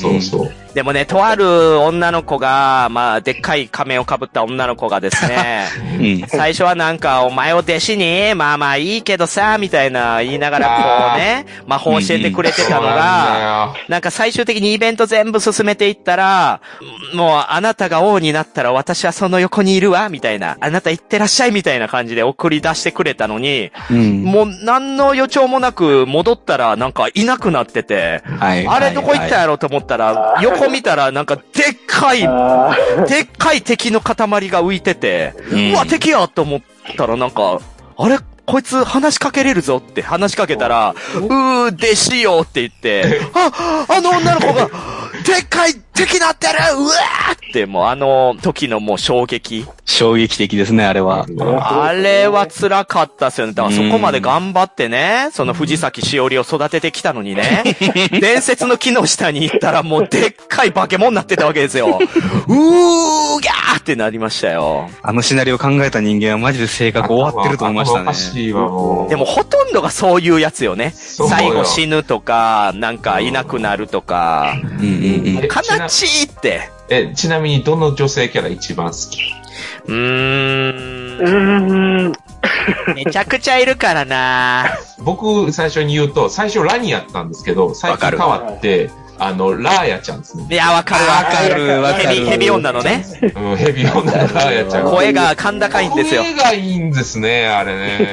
そう。 でもね、とある女の子が、まあ、でっかい仮面を被った女の子がですね、うん、最初はなんか、お前を弟子に、まあまあいいけどさ、みたいな言いながらこうね、魔法教えてくれてたのが、なんか最終的にイベント全部進めていったら、もうあなたが王になったら私はその横にいるわ、みたいな、あなた行ってらっしゃい、みたいな感じで送り出してくれたのに、うん、もう何の予兆もなく戻ったらなんかいなくなってて、はい、あれどこ行ったやろうと思ったら、横見たらなんかでっかい、でっかい敵の塊が浮いてて、うん、うわ、敵やと思ったらなんか、あれこいつ話しかけれるぞって話しかけたら、うー、弟子よって言って、あ、あの女の子が、でっかい敵なってるうわーってもうあの時のもう衝撃。 衝撃的ですね、あれは。 あれは辛かったっすよね。だからそこまで頑張ってね、その藤崎しおりを育ててきたのにね、伝説の木の下に行ったらもうでっかい化け物になってたわけですよ。うーぎゃーってなりましたよ。 あのシナリオ考えた人間はマジで性格終わってると思いましたね。 でもほとんどがそういうやつよね。最後死ぬとか、なんかいなくなるとか、うんうんうん、もう悲しいって。 え、ちなみにどの女性キャラ一番好き？ うーん。うーん。めちゃくちゃいるからな。 僕最初に言うと、最初ラニやったんですけど、最近変わって、あの、ラーヤちゃんですね。 いや、わかるわかるわかる。ヘビ、ヘビ女のね。 うん、ヘビ女のラーヤちゃん。 声が甲高いんですよ。 声がいいんですね、あれね。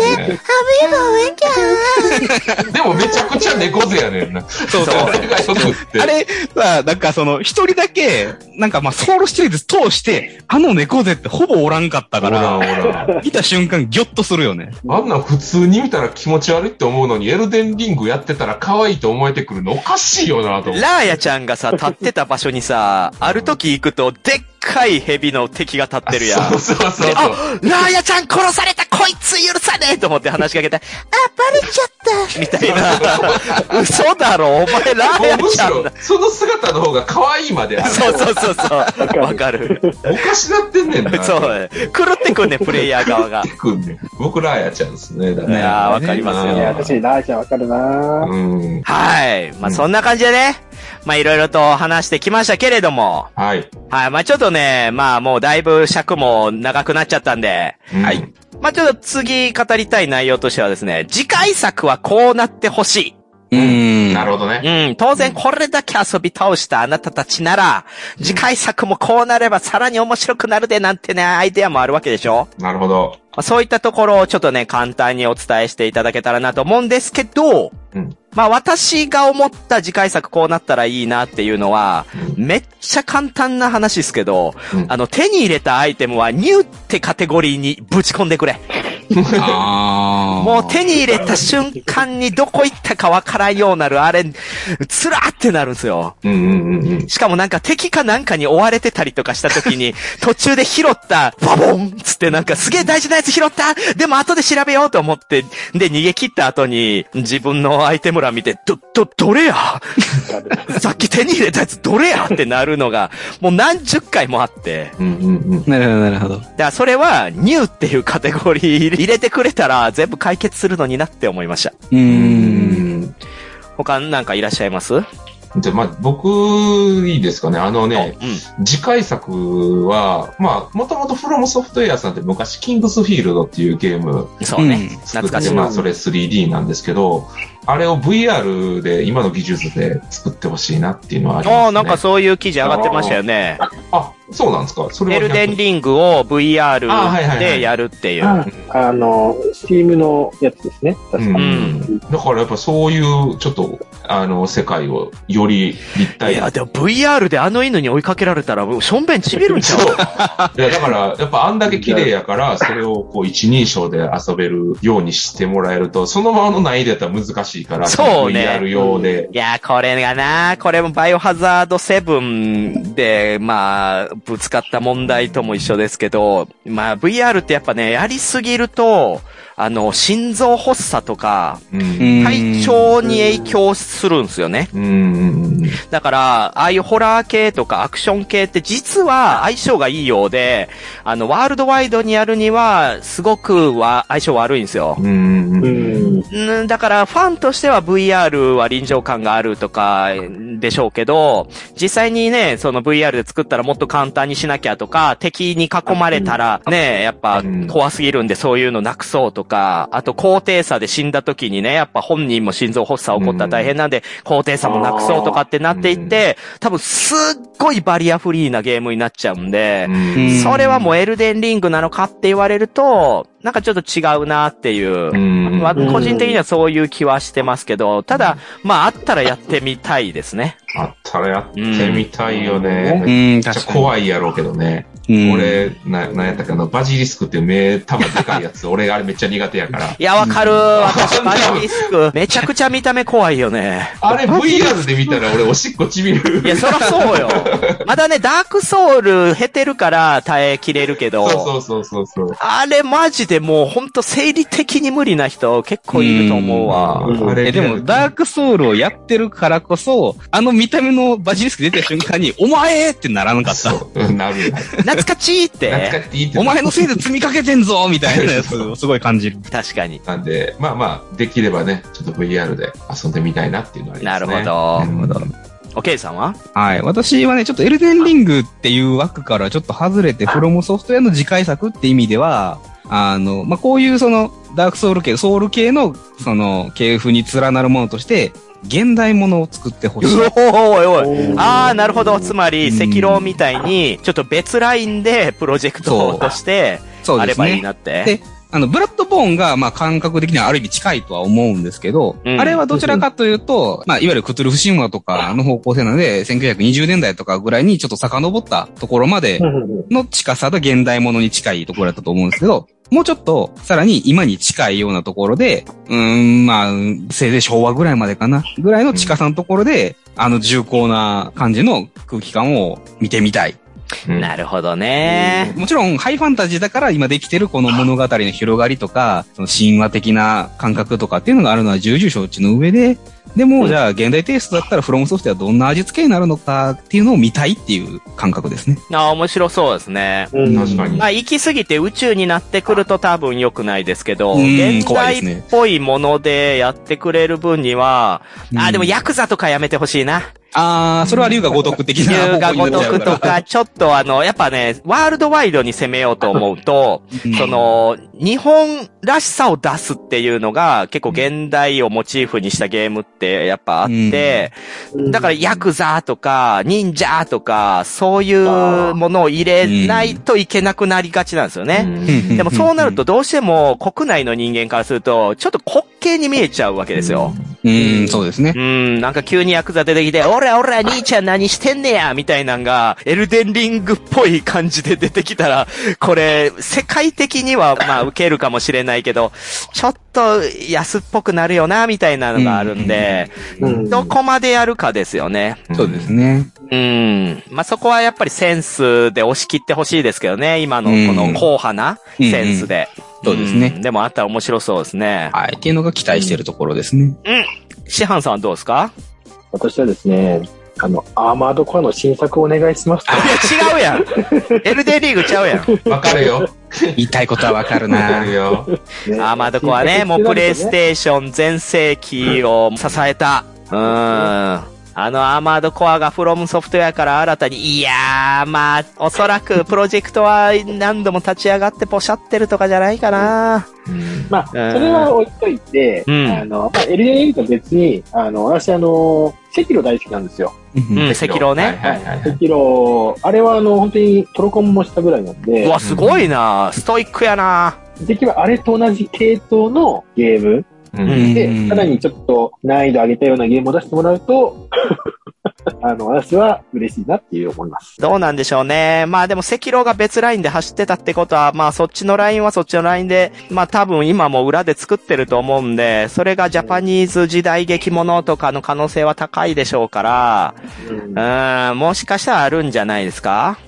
でもめちゃくちゃ猫背やねんな。 そうそう。あれは、なんかその、一人だけ、なんかまあ、ソウルシリーズ通して、あの猫背ってほぼおらんかったから、見た瞬間ギョッとするよね。 あんな普通に見たら気持ち悪いって思うのに、エルデンリングやってたら可愛いと思えてくるのおかしいよな。 ラーヤちゃんがさ、立ってた場所にさ、ある時行くと、でっかい蛇の敵が立ってるやん。 そうそうそうそう。 あ、ラーヤちゃん殺されたこいつ許さねえと思って話しかけて、あ、バレちゃったみたいな。嘘だろ、お前ラーヤちゃんだ。 その姿の方が可愛いまである。 そうそうそうそう。わかる。 おかしなってんねんな。 そう。狂ってくんねん、プレイヤー側が。 狂ってくんねん。僕ラーヤちゃんですね。 いやー、わかりますよ。いや、私ラーヤちゃんわかるなー。 うん。 はい。まあ、そんな感じでね。まあいろいろと話してきましたけれども。 はい。 はい。まあちょっとね、まあもうだいぶ尺も長くなっちゃったんで。 うん、 はい。まあちょっと次語りたい内容としてはですね、次回作はこうなってほしい。 うん。なるほどね。 うん。当然これだけ遊び倒したあなたたちなら、次回作もこうなればさらに面白くなるでなんてね、アイデアもあるわけでしょ？ なるほど。 そういったところをちょっとね、簡単にお伝えしていただけたらなと思うんですけど、 うん、 まあ私が思った次回作こうなったらいいなっていうのは、うん、めっちゃ簡単な話ですけど、うん、あの手に入れたアイテムはニューってカテゴリーにぶち込んでくれ。 あもう手に入れた瞬間にどこ行ったかわからんようになる、あれ、つらーってなるんですよ。 うんうんうん、 しかもなんか敵かなんかに追われてたりとかした時に、途中で拾った、バボンつってなんかすげえ大事なやつ拾ったでも後で調べようと思って、で逃げ切った後に自分のアイテム欄見て、ど、ど、どれやさっき手に入れたやつどれやってなるのが、もう何十回もあって。 うんうんうん、 なるほど、なるほど。 だからそれは、ニューっていうカテゴリー入れてくれたら全部解決するのになって思いました。 うーん。 他なんかいらっしゃいます？ で、まあ、僕、いいですかね。あのね、うん、次回作は、まあ、もともとフロムソフトウェアさんって昔、キングスフィールドっていうゲーム、 そうね。 作って、まあ、それ スリーディー なんですけど、あれを ブイアール で今の技術で作ってほしいなっていうのはありますね。 ああ、なんかそういう記事上がってましたよね。 あ、そうなんですか。それはエルデンリングを ブイアール でやるっていう。 あ、あの、スチームのやつですね。確かに。 うん。だからやっぱそういう、ちょっと、あの、世界をより立体。 いや、でも ブイアール であの犬に追いかけられたら、しょんべんちびるんちゃういや、だから、やっぱあんだけ綺麗やから、それをこう一人称で遊べるようにしてもらえると、そのままの難易度やったら難しいから、 そうね。 ブイアール 用で。 いや、これがな、これもバイオハザードセブンで、まあ、ぶつかった問題とも一緒ですけど、まあ ブイアール ってやっぱね、やりすぎると、あの、心臓発作とか、うん、体調に影響すするんですよね。 うん。 だから、ああいうホラー系とかアクション系って実は相性がいいようで、あの、ワールドワイドにやるには、すごくは相性悪いんですよ。うん。だから、ファンとしては ブイアール は臨場感があるとか、でしょうけど、実際にね、その ブイアール で作ったらもっと簡単にしなきゃとか、敵に囲まれたらね、やっぱ怖すぎるんでそういうのなくそうとか、あと高低差で死んだ時にね、やっぱ本人も心臓発作起こったら大変なんで、高低差もなくそうとかってなっていって、多分すっごいバリアフリーなゲームになっちゃうんで、それはもうエルデンリングなのかって言われると、なんかちょっと違うなっていう、まあ、個人的にはそういう気はしてますけど、ただ、まああったらやってみたいですね。 あったらやってみたいよね。めっちゃ怖いやろうけどね。うん、俺、な、なんやったかな、バジリスクっていう目玉でかいやつ、俺あれめっちゃ苦手やから。 いや、わかる。私、バジリスク、めちゃくちゃ見た目怖いよね。 あれ ブイアール で見たら俺おしっこちびる。 いや、そらそうよ。まだね、ダークソウル減ってるから耐えきれるけど。 そうそうそうそう。 あれマジでもうほんと生理的に無理な人結構いると思うわ。 うあれでも、ダークソウルをやってるからこそ、あの見た目のバジリスク出た瞬間に、お前ってならなかった。そう、 なる。 懐かしいって。 懐かしいって。 お前のせいで積みかけてんぞみたいなやつをすごい感じる。 確かに。 なんで、まあまあ、できればね、ちょっと ブイアール で遊んでみたいなっていうのはありますね。 なるほど。なるほど。おけいさんははい。私はね、ちょっとエルデンリングっていう枠からちょっと外れて、フロムソフトウェアの次回作って意味では、あの、まあ、こういうその、ダークソウル系、ソウル系の、その、系譜に連なるものとして、現代ものを作ってほしい。 おいおい。ああ、なるほど。つまり、赤狼みたいに、ちょっと別ラインでプロジェクトとして、あればいいなって。 で、あの、ブラッドボーンが、まあ、感覚的にはある意味近いとは思うんですけど、うん、あれはどちらかというと、まあ、いわゆるクトゥルフ神話とかの方向性なので、せんきゅうひゃくにじゅうねんだいとかぐらいにちょっと遡ったところまでの近さと現代ものに近いところだったと思うんですけど、もうちょっと、さらに今に近いようなところで、うーん、まあ、せいぜい昭和ぐらいまでかな、ぐらいの近さのところで、うん、あの重厚な感じの空気感を見てみたい。 うん、なるほどね、 うん。もちろん、ハイファンタジーだから今できてるこの物語の広がりとか、その神話的な感覚とかっていうのがあるのは重々承知の上で、でも、うん、じゃあ、現代テイストだったら、フロムソフトはどんな味付けになるのかっていうのを見たいっていう感覚ですね。 ああ、面白そうですね。 うん、確かに。 まあ、行き過ぎて宇宙になってくると多分良くないですけど、現代っぽいものでやってくれる分には、ああ、でもヤクザとかやめてほしいな。 ああ、それは龍が如く的な。 龍が如くとか、ちょっとあの、やっぱね、ワールドワイドに攻めようと思うと、うん、その、日本らしさを出すっていうのが、結構現代をモチーフにしたゲームってやっぱあって、うん、だからヤクザとか、忍者とか、そういうものを入れないといけなくなりがちなんですよね。うん、でもそうなるとどうしても国内の人間からすると、ちょっと滑稽に見えちゃうわけですよ。 うん、うん、そうですね。 うん、なんか急にヤクザ出てきて、俺おら、兄ちゃん何してんねやみたいなんが、エルデンリングっぽい感じで出てきたら、これ、世界的には、まあ、受けるかもしれないけど、ちょっと安っぽくなるよな、みたいなのがあるんで、うん、どこまでやるかですよね。 そうですね。 うん。まあ、そこはやっぱりセンスで押し切ってほしいですけどね、今のこの硬派なセンスで。 うんうん、そうですね、 うん。でもあったら面白そうですね。 はい。っていうのが期待しているところですね。 うん。シハンさんはどうですか？ 私はですね、あの、アーマードコアの新作お願いします。 いや、違うやん。エルデンリーグちゃうやん。 わかるよ。 言いたいことはわかるな。 わかるよ。 ね、アーマードコアね、もうプレイステーション全盛期を支えた。うーん。あのアーマードコアがフロムソフトウェアから新たに、いやー、まあ、おそらくプロジェクトは何度も立ち上がってポシャってるとかじゃないかな。 うん、まあ、それは置いといて、うん、あの、まあ、エルデンリングと別に、あの、私あの、赤狼大好きなんですよ。 うん、赤狼ね。 はいはいはい、赤狼、あれはあの、本当にトロコンもしたぐらいなんで。 うわ、すごいな、ストイックやな。 できればあれと同じ系統のゲーム。うん、で、さらにちょっと難易度上げたようなゲームを出してもらうと、あの、私は嬉しいなっていう思います。 どうなんでしょうね。まあでも赤狼が別ラインで走ってたってことは、まあそっちのラインはそっちのラインで、まあ多分今も裏で作ってると思うんで、それがジャパニーズ時代劇ものとかの可能性は高いでしょうから、うん、うんもしかしたらあるんじゃないですか？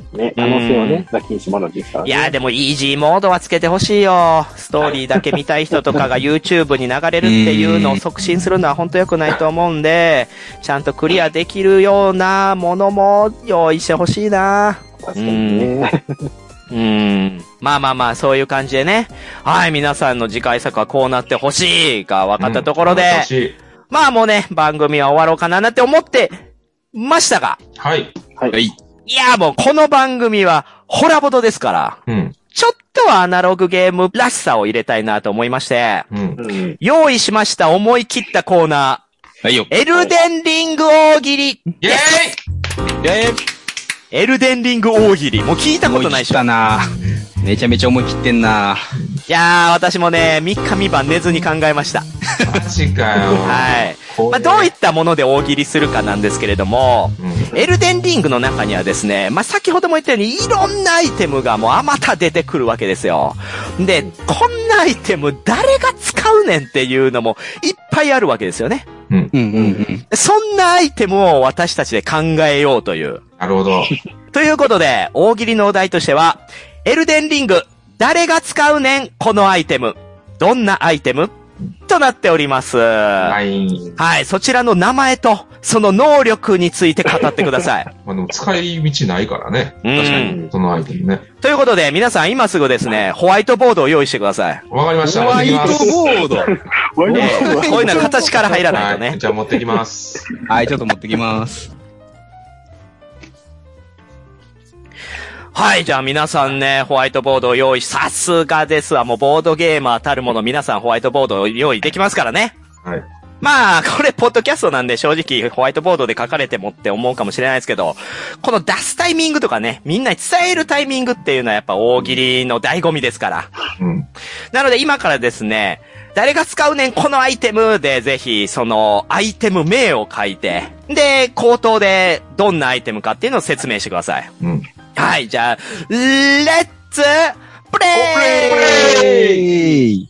ね、可能性はね、なきにしもあらずですからね。 いや、でもイージーモードはつけてほしいよ。ストーリーだけ見たい人とかが YouTube に流れるっていうのを促進するのは本当良くないと思うんで、ちゃんとクリアできるようなものも用意してほしいな。 確かにね。 うーん。まあまあまあ、そういう感じでね。はい、皆さんの次回作はこうなってほしいが分かったところで、うん、まあもうね、番組は終わろうかななんて思ってましたが。 はい。 はい。 いや、もうこの番組はホラボドですから、うん、ちょっとはアナログゲームらしさを入れたいなと思いまして、うん、用意しました思い切ったコーナー。はいよ。エルデンリング大喜利。イェーイイェーイエルデンリング大喜利。もう聞いたことないし。 思い切ったなめちゃめちゃ思い切ってんないやー、私もね、みっかみばん寝ずに考えました。 マジかよ。 はい。まあ、どういったもので大喜利するかなんですけれども、うん、エルデンリングの中にはですね、まあ、先ほども言ったように、いろんなアイテムがもうあまた出てくるわけですよ。で、こんなアイテム誰が使うねんっていうのもいっぱいあるわけですよね。 うんうんうんうん、 そんなアイテムを私たちで考えようという。 なるほど。 ということで、大喜利のお題としては、エルデンリング、誰が使うねん、このアイテム。どんなアイテムとなっております。 はい。 はい、そちらの名前と、その能力について語ってください。 まあでも使い道ないからね。確かに、そのアイテムね。 ということで、皆さん今すぐですね、ホワイトボードを用意してください。 わかりました。 ホワイトボードね、こういうのは形から入らないとね。 はい、じゃあ持ってきます。 はい、ちょっと持ってきます。 はい、じゃあ皆さんね、ホワイトボードを用意し、さすがですわ。もうボードゲーマーたるもの皆さんホワイトボードを用意できますからね。 はい。 まあ、これ、ポッドキャストなんで正直ホワイトボードで書かれてもって思うかもしれないですけど、この出すタイミングとかね、みんなに伝えるタイミングっていうのはやっぱ大喜利の醍醐味ですから。うん。なので今からですね、誰が使うねんこのアイテムでぜひそのアイテム名を書いて、で、口頭でどんなアイテムかっていうのを説明してください。うん。はい、じゃあ、レッツプレイ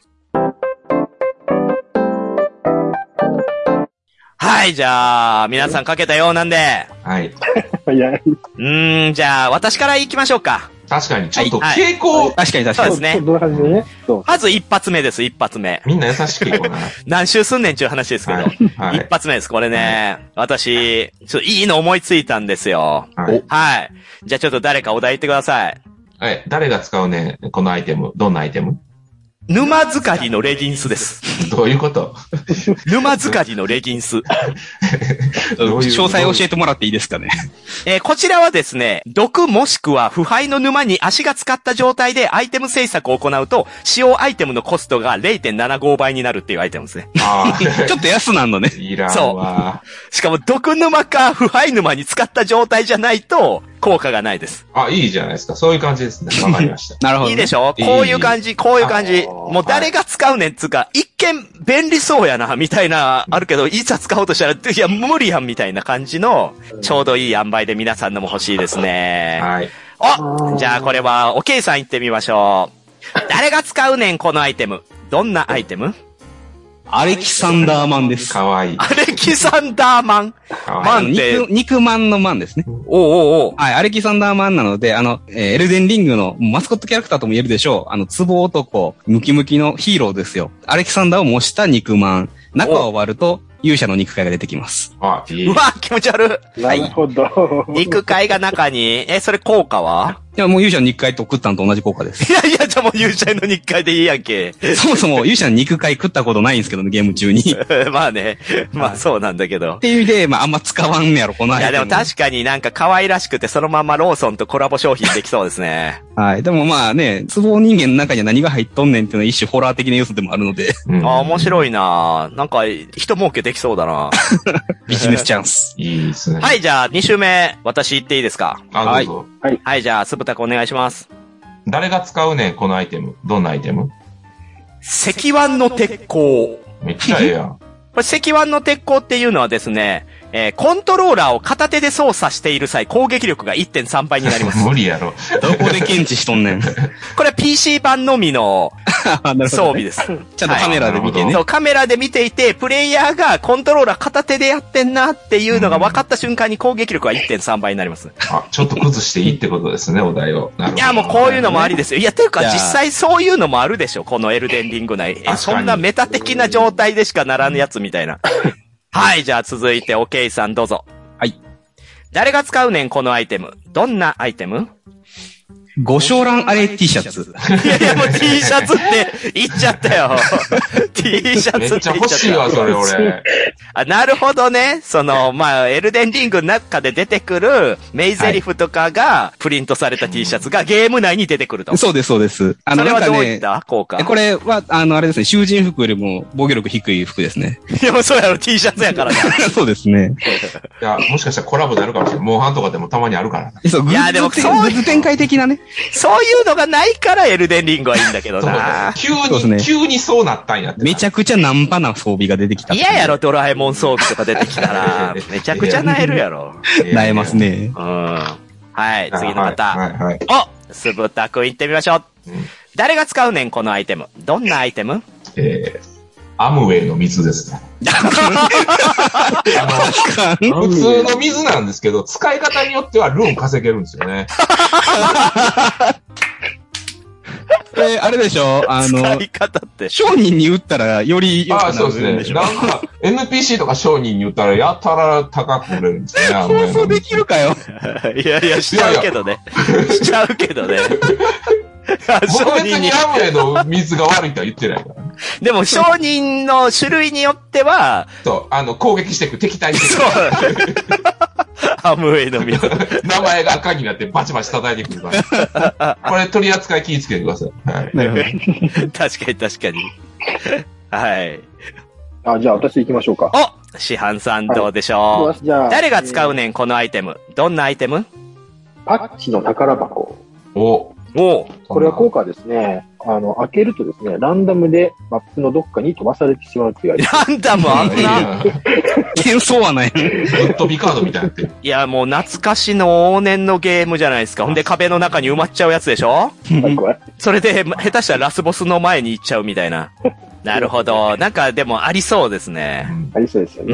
はい、じゃあ、皆さん書けたようなんで。 はい。 うーん、じゃあ、私から行きましょうか。 確かに、ちょっと傾向、 はい、確かに確かに。 そうですね。まず一発目です、一発目。 みんな優しい傾向な。 何周すんねんちゅう話ですけど。はいはい、一発目です、これね。はい、私、ちょっといいの思いついたんですよ。はい。はい。じゃあちょっと誰かお題言ってください。 はい。誰が使うねんこのアイテム。どんなアイテム？ 沼漬かりのレギンスです。 どういうこと沼漬かりのレギンス。 詳細教えてもらっていいですかね。 えー、こちらはですね、毒もしくは腐敗の沼に足が使った状態でアイテム制作を行うと、使用アイテムのコストが れいてんななご 倍になるっていうアイテムですね。 あちょっと安なんのね。 いらんわ。 そう。しかも毒沼か腐敗沼に使った状態じゃないと、効果がないです。 あ、いいじゃないですか。そういう感じですね。わかりました。 なるほど、ね。 いいでしょこういう感じ、こういう感じ。もう誰が使うねんつうか、一見便利そうやな、みたいな、あるけど、いざ使おうとしたら、いや、無理やん、みたいな感じの、ちょうどいい塩梅で皆さんのも欲しいですね。 はい。 おじゃあこれは、おけいさん行ってみましょう。誰が使うねん、このアイテム。どんなアイテム？ アレキサンダーマンです。 かわいい。 アレキサンダーマンマンって。 肉、肉マンのマンですね。 おうおうおう。 はい、アレキサンダーマンなので、あの、えー、エルデンリングのマスコットキャラクターとも言えるでしょう。あの、壺男、ムキムキのヒーローですよ。アレキサンダーを模した肉マン。中を割ると、勇者の肉塊が出てきます。 あ、いい。 うわ、気持ち悪い。なるほど。 肉塊が中に、え、それ効果はいや、もう勇者の肉塊と食ったのと同じ効果です。 いやいや、じゃあもう勇者の肉塊でいいやんけ。 そもそも勇者の肉塊食ったことないんですけどね、ゲーム中に。 まあね。まあそうなんだけど。 っていう意味で、まああんま使わんねやろ、このアイテム。 いやでも確かになんか可愛らしくてそのままローソンとコラボ商品できそうですね。 はい。でもまあね、壺人間の中には何が入っとんねんっていうのは一種ホラー的な要素でもあるので。 うん、ああ、面白いななんか、人儲けできそうだなビジネスチャンス。 いいですね。 はい、じゃあに週目、私行っていいですか？ あ、どうぞ。 はい。 はい、じゃあ、すぶたくお願いします。 誰が使うねん、このアイテム。どんなアイテム？ 石腕の鉄鋼。 めっちゃええやん。 これ石腕の鉄鋼っていうのはですね、えー、コントローラーを片手で操作している際、攻撃力が いってんさん 倍になります。 無理やろ。 どこで検知しとんねん。 これは ピーシー 版のみの、 装備です。 ちゃんとカメラで見てね。 そう、カメラで見ていて、プレイヤーがコントローラー片手でやってんなっていうのが分かった瞬間に攻撃力は いってんさん 倍になります。 あ、ちょっと崩していいってことですね、お題を。 いや、もうこういうのもありですよ。いや、ていうか実際そういうのもあるでしょ、このエルデンリング内。え、そんなメタ的な状態でしかならぬやつみたいな。はい、じゃあ続いて、オケイさんどうぞ。 はい。 誰が使うねん、このアイテム。どんなアイテム？ ご章乱あれ T シャツ。 いやいや、もう T シャツって言っちゃったよ。T シャツって言っちゃった。めっちゃ欲しいわ、それ俺。 あ、なるほどね。その、まあ、エルデンリングの中で出てくるメイゼリフとかがプリントされた T シャツがゲーム内に出てくると。 そうです、そうです。 あの、それはどういった効果？ これは、あの、あれですね、囚人服よりも防御力低い服ですね。 いや、もうそうやろ、T シャツやからな。 そうですね。 いや、もしかしたらコラボであるかもしれない。モンハンとかでもたまにあるからな。 そう、いや、でも、そう、グッズ展開的なね。 そういうのがないからエルデンリングはいいんだけどな。 急に、ね、急にそうなったんやって。 めちゃくちゃナンパな装備が出てきた。 嫌やろ、ドラえもん装備とか出てきたら。めちゃくちゃ萎えるやろ。 萎えますね。 うん。はい、次の方。 はいはい、 おすぶたくん行ってみましょう、うん。誰が使うねん、このアイテム。どんなアイテム？ えー、アムウェイの水ですね。あの普通の水なんですけど、使い方によってはルーン稼げるんですよね。 えー、あれでしょあの、 使い方って。 商人に売ったらより良くなるんでしょ。あ、そうですね。 なんか、エヌピーシー とか商人に売ったらやたら高く売れるんですね。 放送できるかよ。 いやいや、しちゃうけどね。しちゃうけどね。 僕別にアムウェイの水が悪いとは言ってないから。 でも商人の種類によっては、 そう、あの、攻撃していく、敵対していく。アムウェイの水。 名前が赤になってバチバチ叩いてくるから。これ取り扱い気ぃつけてください。はい。 確かに確かに。はい。 あ、じゃあ私行きましょうか。 お市販さんどうでしょう、はい、じゃあ誰が使うねん、このアイテム。どんなアイテム？ パッチの宝箱。 おおこれは効果はですね、あの、開けるとですね、ランダムでマップのどっかに飛ばされてしまうっていう。 ランダムあんな転送はない。 ぶっ飛びカードみたいになってる。 いや、もう懐かしの往年のゲームじゃないですか。ほんで壁の中に埋まっちゃうやつでしょそれで、下手したらラスボスの前に行っちゃうみたいな。なるほど。なんかでもありそうですね。 ありそうですよね。 うん。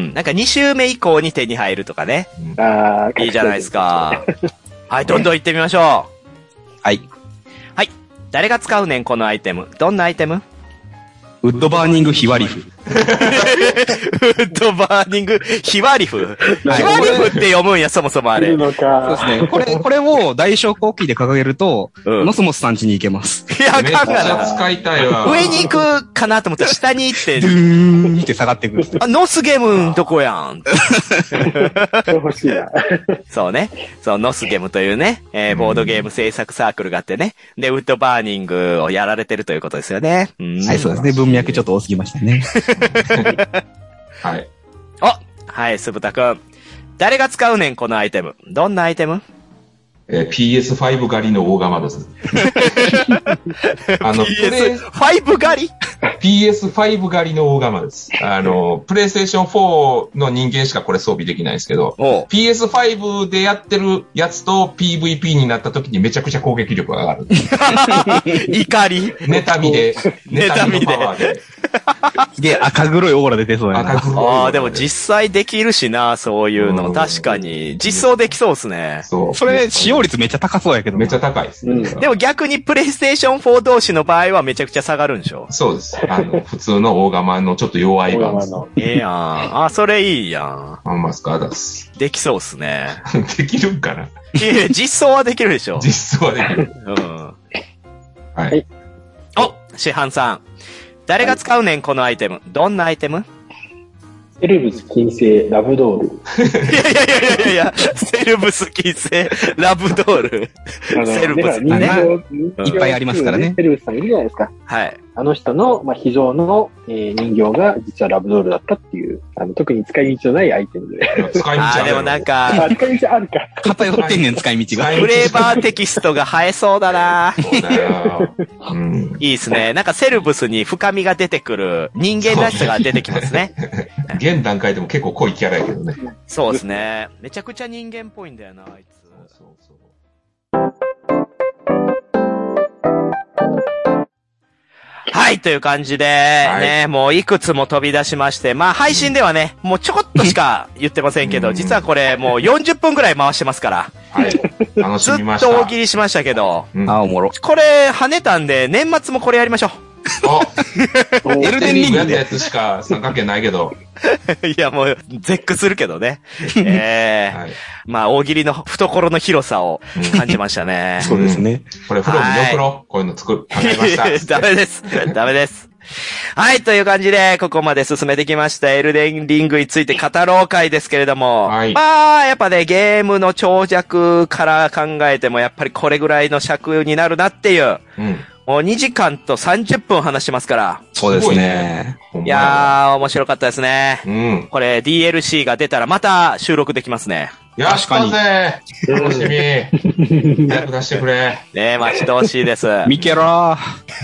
なんかに周目以降に手に入るとかね。 ああ、 いいじゃないですか。はい、どんどん行ってみましょう。 はい。 はい。誰が使うねん、このアイテム。どんなアイテム？ ウッドバーニングヒワリフ。 ウッドバーニングヒワリフ。ヒワリフって読むんや、そもそもあれ。 そうですね。これ、これを大小国旗で掲げると、うん、ノスモスさん家に行けます。 いや、あかんがな。 使いたいわ。 上に行くかなと思ったら下に行って。 ドゥーンって下がってくる。 あ、ノスゲムんとこやん。 欲しいな。 そうね。そう、ノスゲムというね、えー、ボードゲーム制作サークルがあってね。で、ウッドバーニングをやられてるということですよね。 うん、はい、そうですね。文脈ちょっと多すぎましたね。 はい。 おはい、すぶたくん。誰が使うねん、このアイテム。どんなアイテム？ えー、ピーエスファイブ 狩りの大釜です。 あの、ピーエスファイブ 狩りピーエスファイブ 狩りの大釜です。あの、プレイステーションフォーの人間しかこれ装備できないんですけど、ピーエスファイブ でやってるやつと ピーブイピー になった時にめちゃくちゃ攻撃力が上がる。 怒り妬みで。 妬みで。 すげえ赤黒いオーラ出てそうやな。 赤黒い。ああ、でも実際できるしな、そういうの。確かに。実装できそうですね。 そう。それ、使用率めっちゃ高そうやけど。 めっちゃ高いですね。 うん、でも逆にプレイステーションフォー同士の場合はめちゃくちゃ下がるんでしょ？ そうです。あの、普通の大釜のちょっと弱い版です。 ええやん。あ、それいいやん。 あんますかだす。 できそうっすね。 できるんかな？ いや、実装はできるでしょ？ 実装はできる。 うん。 はい。 お、市販さん。誰が使うねん、このアイテム。どんなアイテム？ セレブス金星ラブドール。 いやいやいやいやいや、セレブス金星ラブドール。セレブスね。いっぱいありますからね。 セレブスさんいるじゃないですか。 はい。 あの人の、まあ、秘蔵の、えー、人形が実はラブドールだったっていう、あの、特に使い道のないアイテムで。 使い道ある。 あ、でもなんか、 使い道あるか。 偏ってんねん、使い道が。 フレーバーテキストが生えそうだなそうだよ。うん、 いいですね。なんかセルブスに深みが出てくる人間らしさが出てきますね。 現段階でも結構濃いキャラやけどね。 そうですね。めちゃくちゃ人間っぽいんだよな、あいつ。そうそうそう。 はい、という感じで、ね、はい、もういくつも飛び出しまして、まあ配信ではね、もうちょこっとしか言ってませんけど、実はこれもうよんじゅっぷんくらい回してますから。 はい。楽しみました。 ずっと大喜利しましたけど。 うん、あ、おもろ。 これ、跳ねたんで、年末もこれやりましょう。 あエルデンリングのやつしか参加権ないけど。 いや、もう、絶句するけどね。ええーはい、まあ、大喜利の懐の広さを感じましたね。 そうですね。 これ、フロム見送ろう。こういうの作る、考えました。ダメです。ダメです。はい、という感じで、ここまで進めてきました、エルデンリングについて語ろう会ですけれども、はい、まあ、やっぱね、ゲームの長尺から考えても、やっぱりこれぐらいの尺になるなっていう、うんもうにじかんとさんじゅっぷん話しますから。 そうですね。 いやー、面白かったですね。 うん。 これ ディーエルシー が出たらまた収録できますね。 やったぜ楽しみ早く出してくれ。 ねえ、待ち遠しいです。 ミケラー。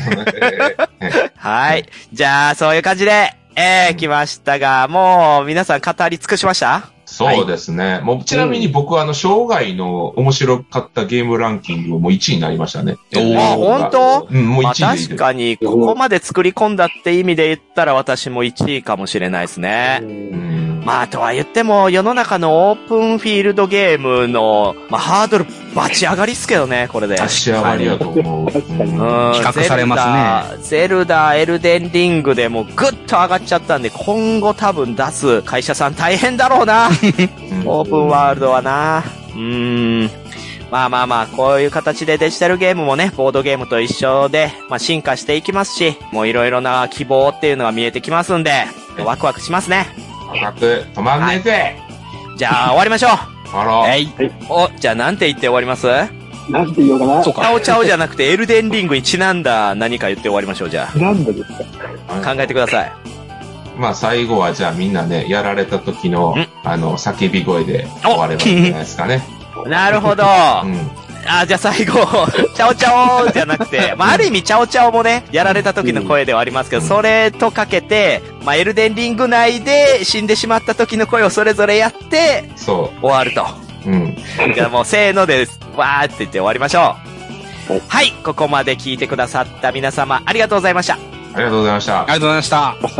はい。じゃあ、そういう感じで、えー、来ましたが、もう皆さん語り尽くしました？ そうですね。はい、もうちなみに僕はあの、生涯の面白かったゲームランキングもういちいになりましたね。 あ、本当？ うん、もういちいで、まあ。 確かに、ここまで作り込んだって意味で言ったら私もいちいかもしれないですね。うんまあ、とは言っても、世の中のオープンフィールドゲームの、まあ、ハードル、バチ上がりっすけどね、これで。 バチ上がりやと思う。 確かに。うん。比較されますね。ゼルダ、エルデンリングでもうぐっと上がっちゃったんで、今後多分出す会社さん大変だろうな。オープンワールドはな。うーん。まあまあまあ、こういう形でデジタルゲームもね、ボードゲームと一緒で、まあ進化していきますし、もういろいろな希望っていうのが見えてきますんで、ワクワクしますね。 ワクワク、止まんねえぜ、はい、 じゃあ終わりましょう。 あら。 はい。お、じゃあなんて言って終わります？ なんて言おうかな。 そうか。チャオチャオじゃなくてエルデンリングにちなんだ何か言って終わりましょう、じゃあ。 なんだですか考えてください。 まあ最後はじゃあみんなね、やられた時の、あの、叫び声で終わればいいんじゃないですかね。 なるほど。うんあ、じゃあ最後、チャオチャオじゃなくて、まあある意味チャオチャオもね、やられた時の声ではありますけど、それとかけて、まあエルデンリング内で死んでしまった時の声をそれぞれやって、 そう。 終わると。 うん。 じゃあもうせーので、わーって言って終わりましょう。はい、ここまで聞いてくださった皆様、ありがとうございました。ありがとうございました。 ありがとうございました。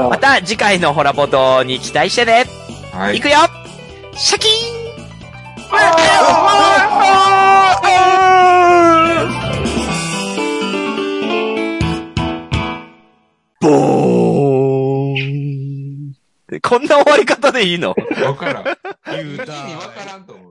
また次回のホラボドに期待してね。はい。いくよシャキーンボーンこんな終わり方でいいの？ わからん。意味わからんと思う。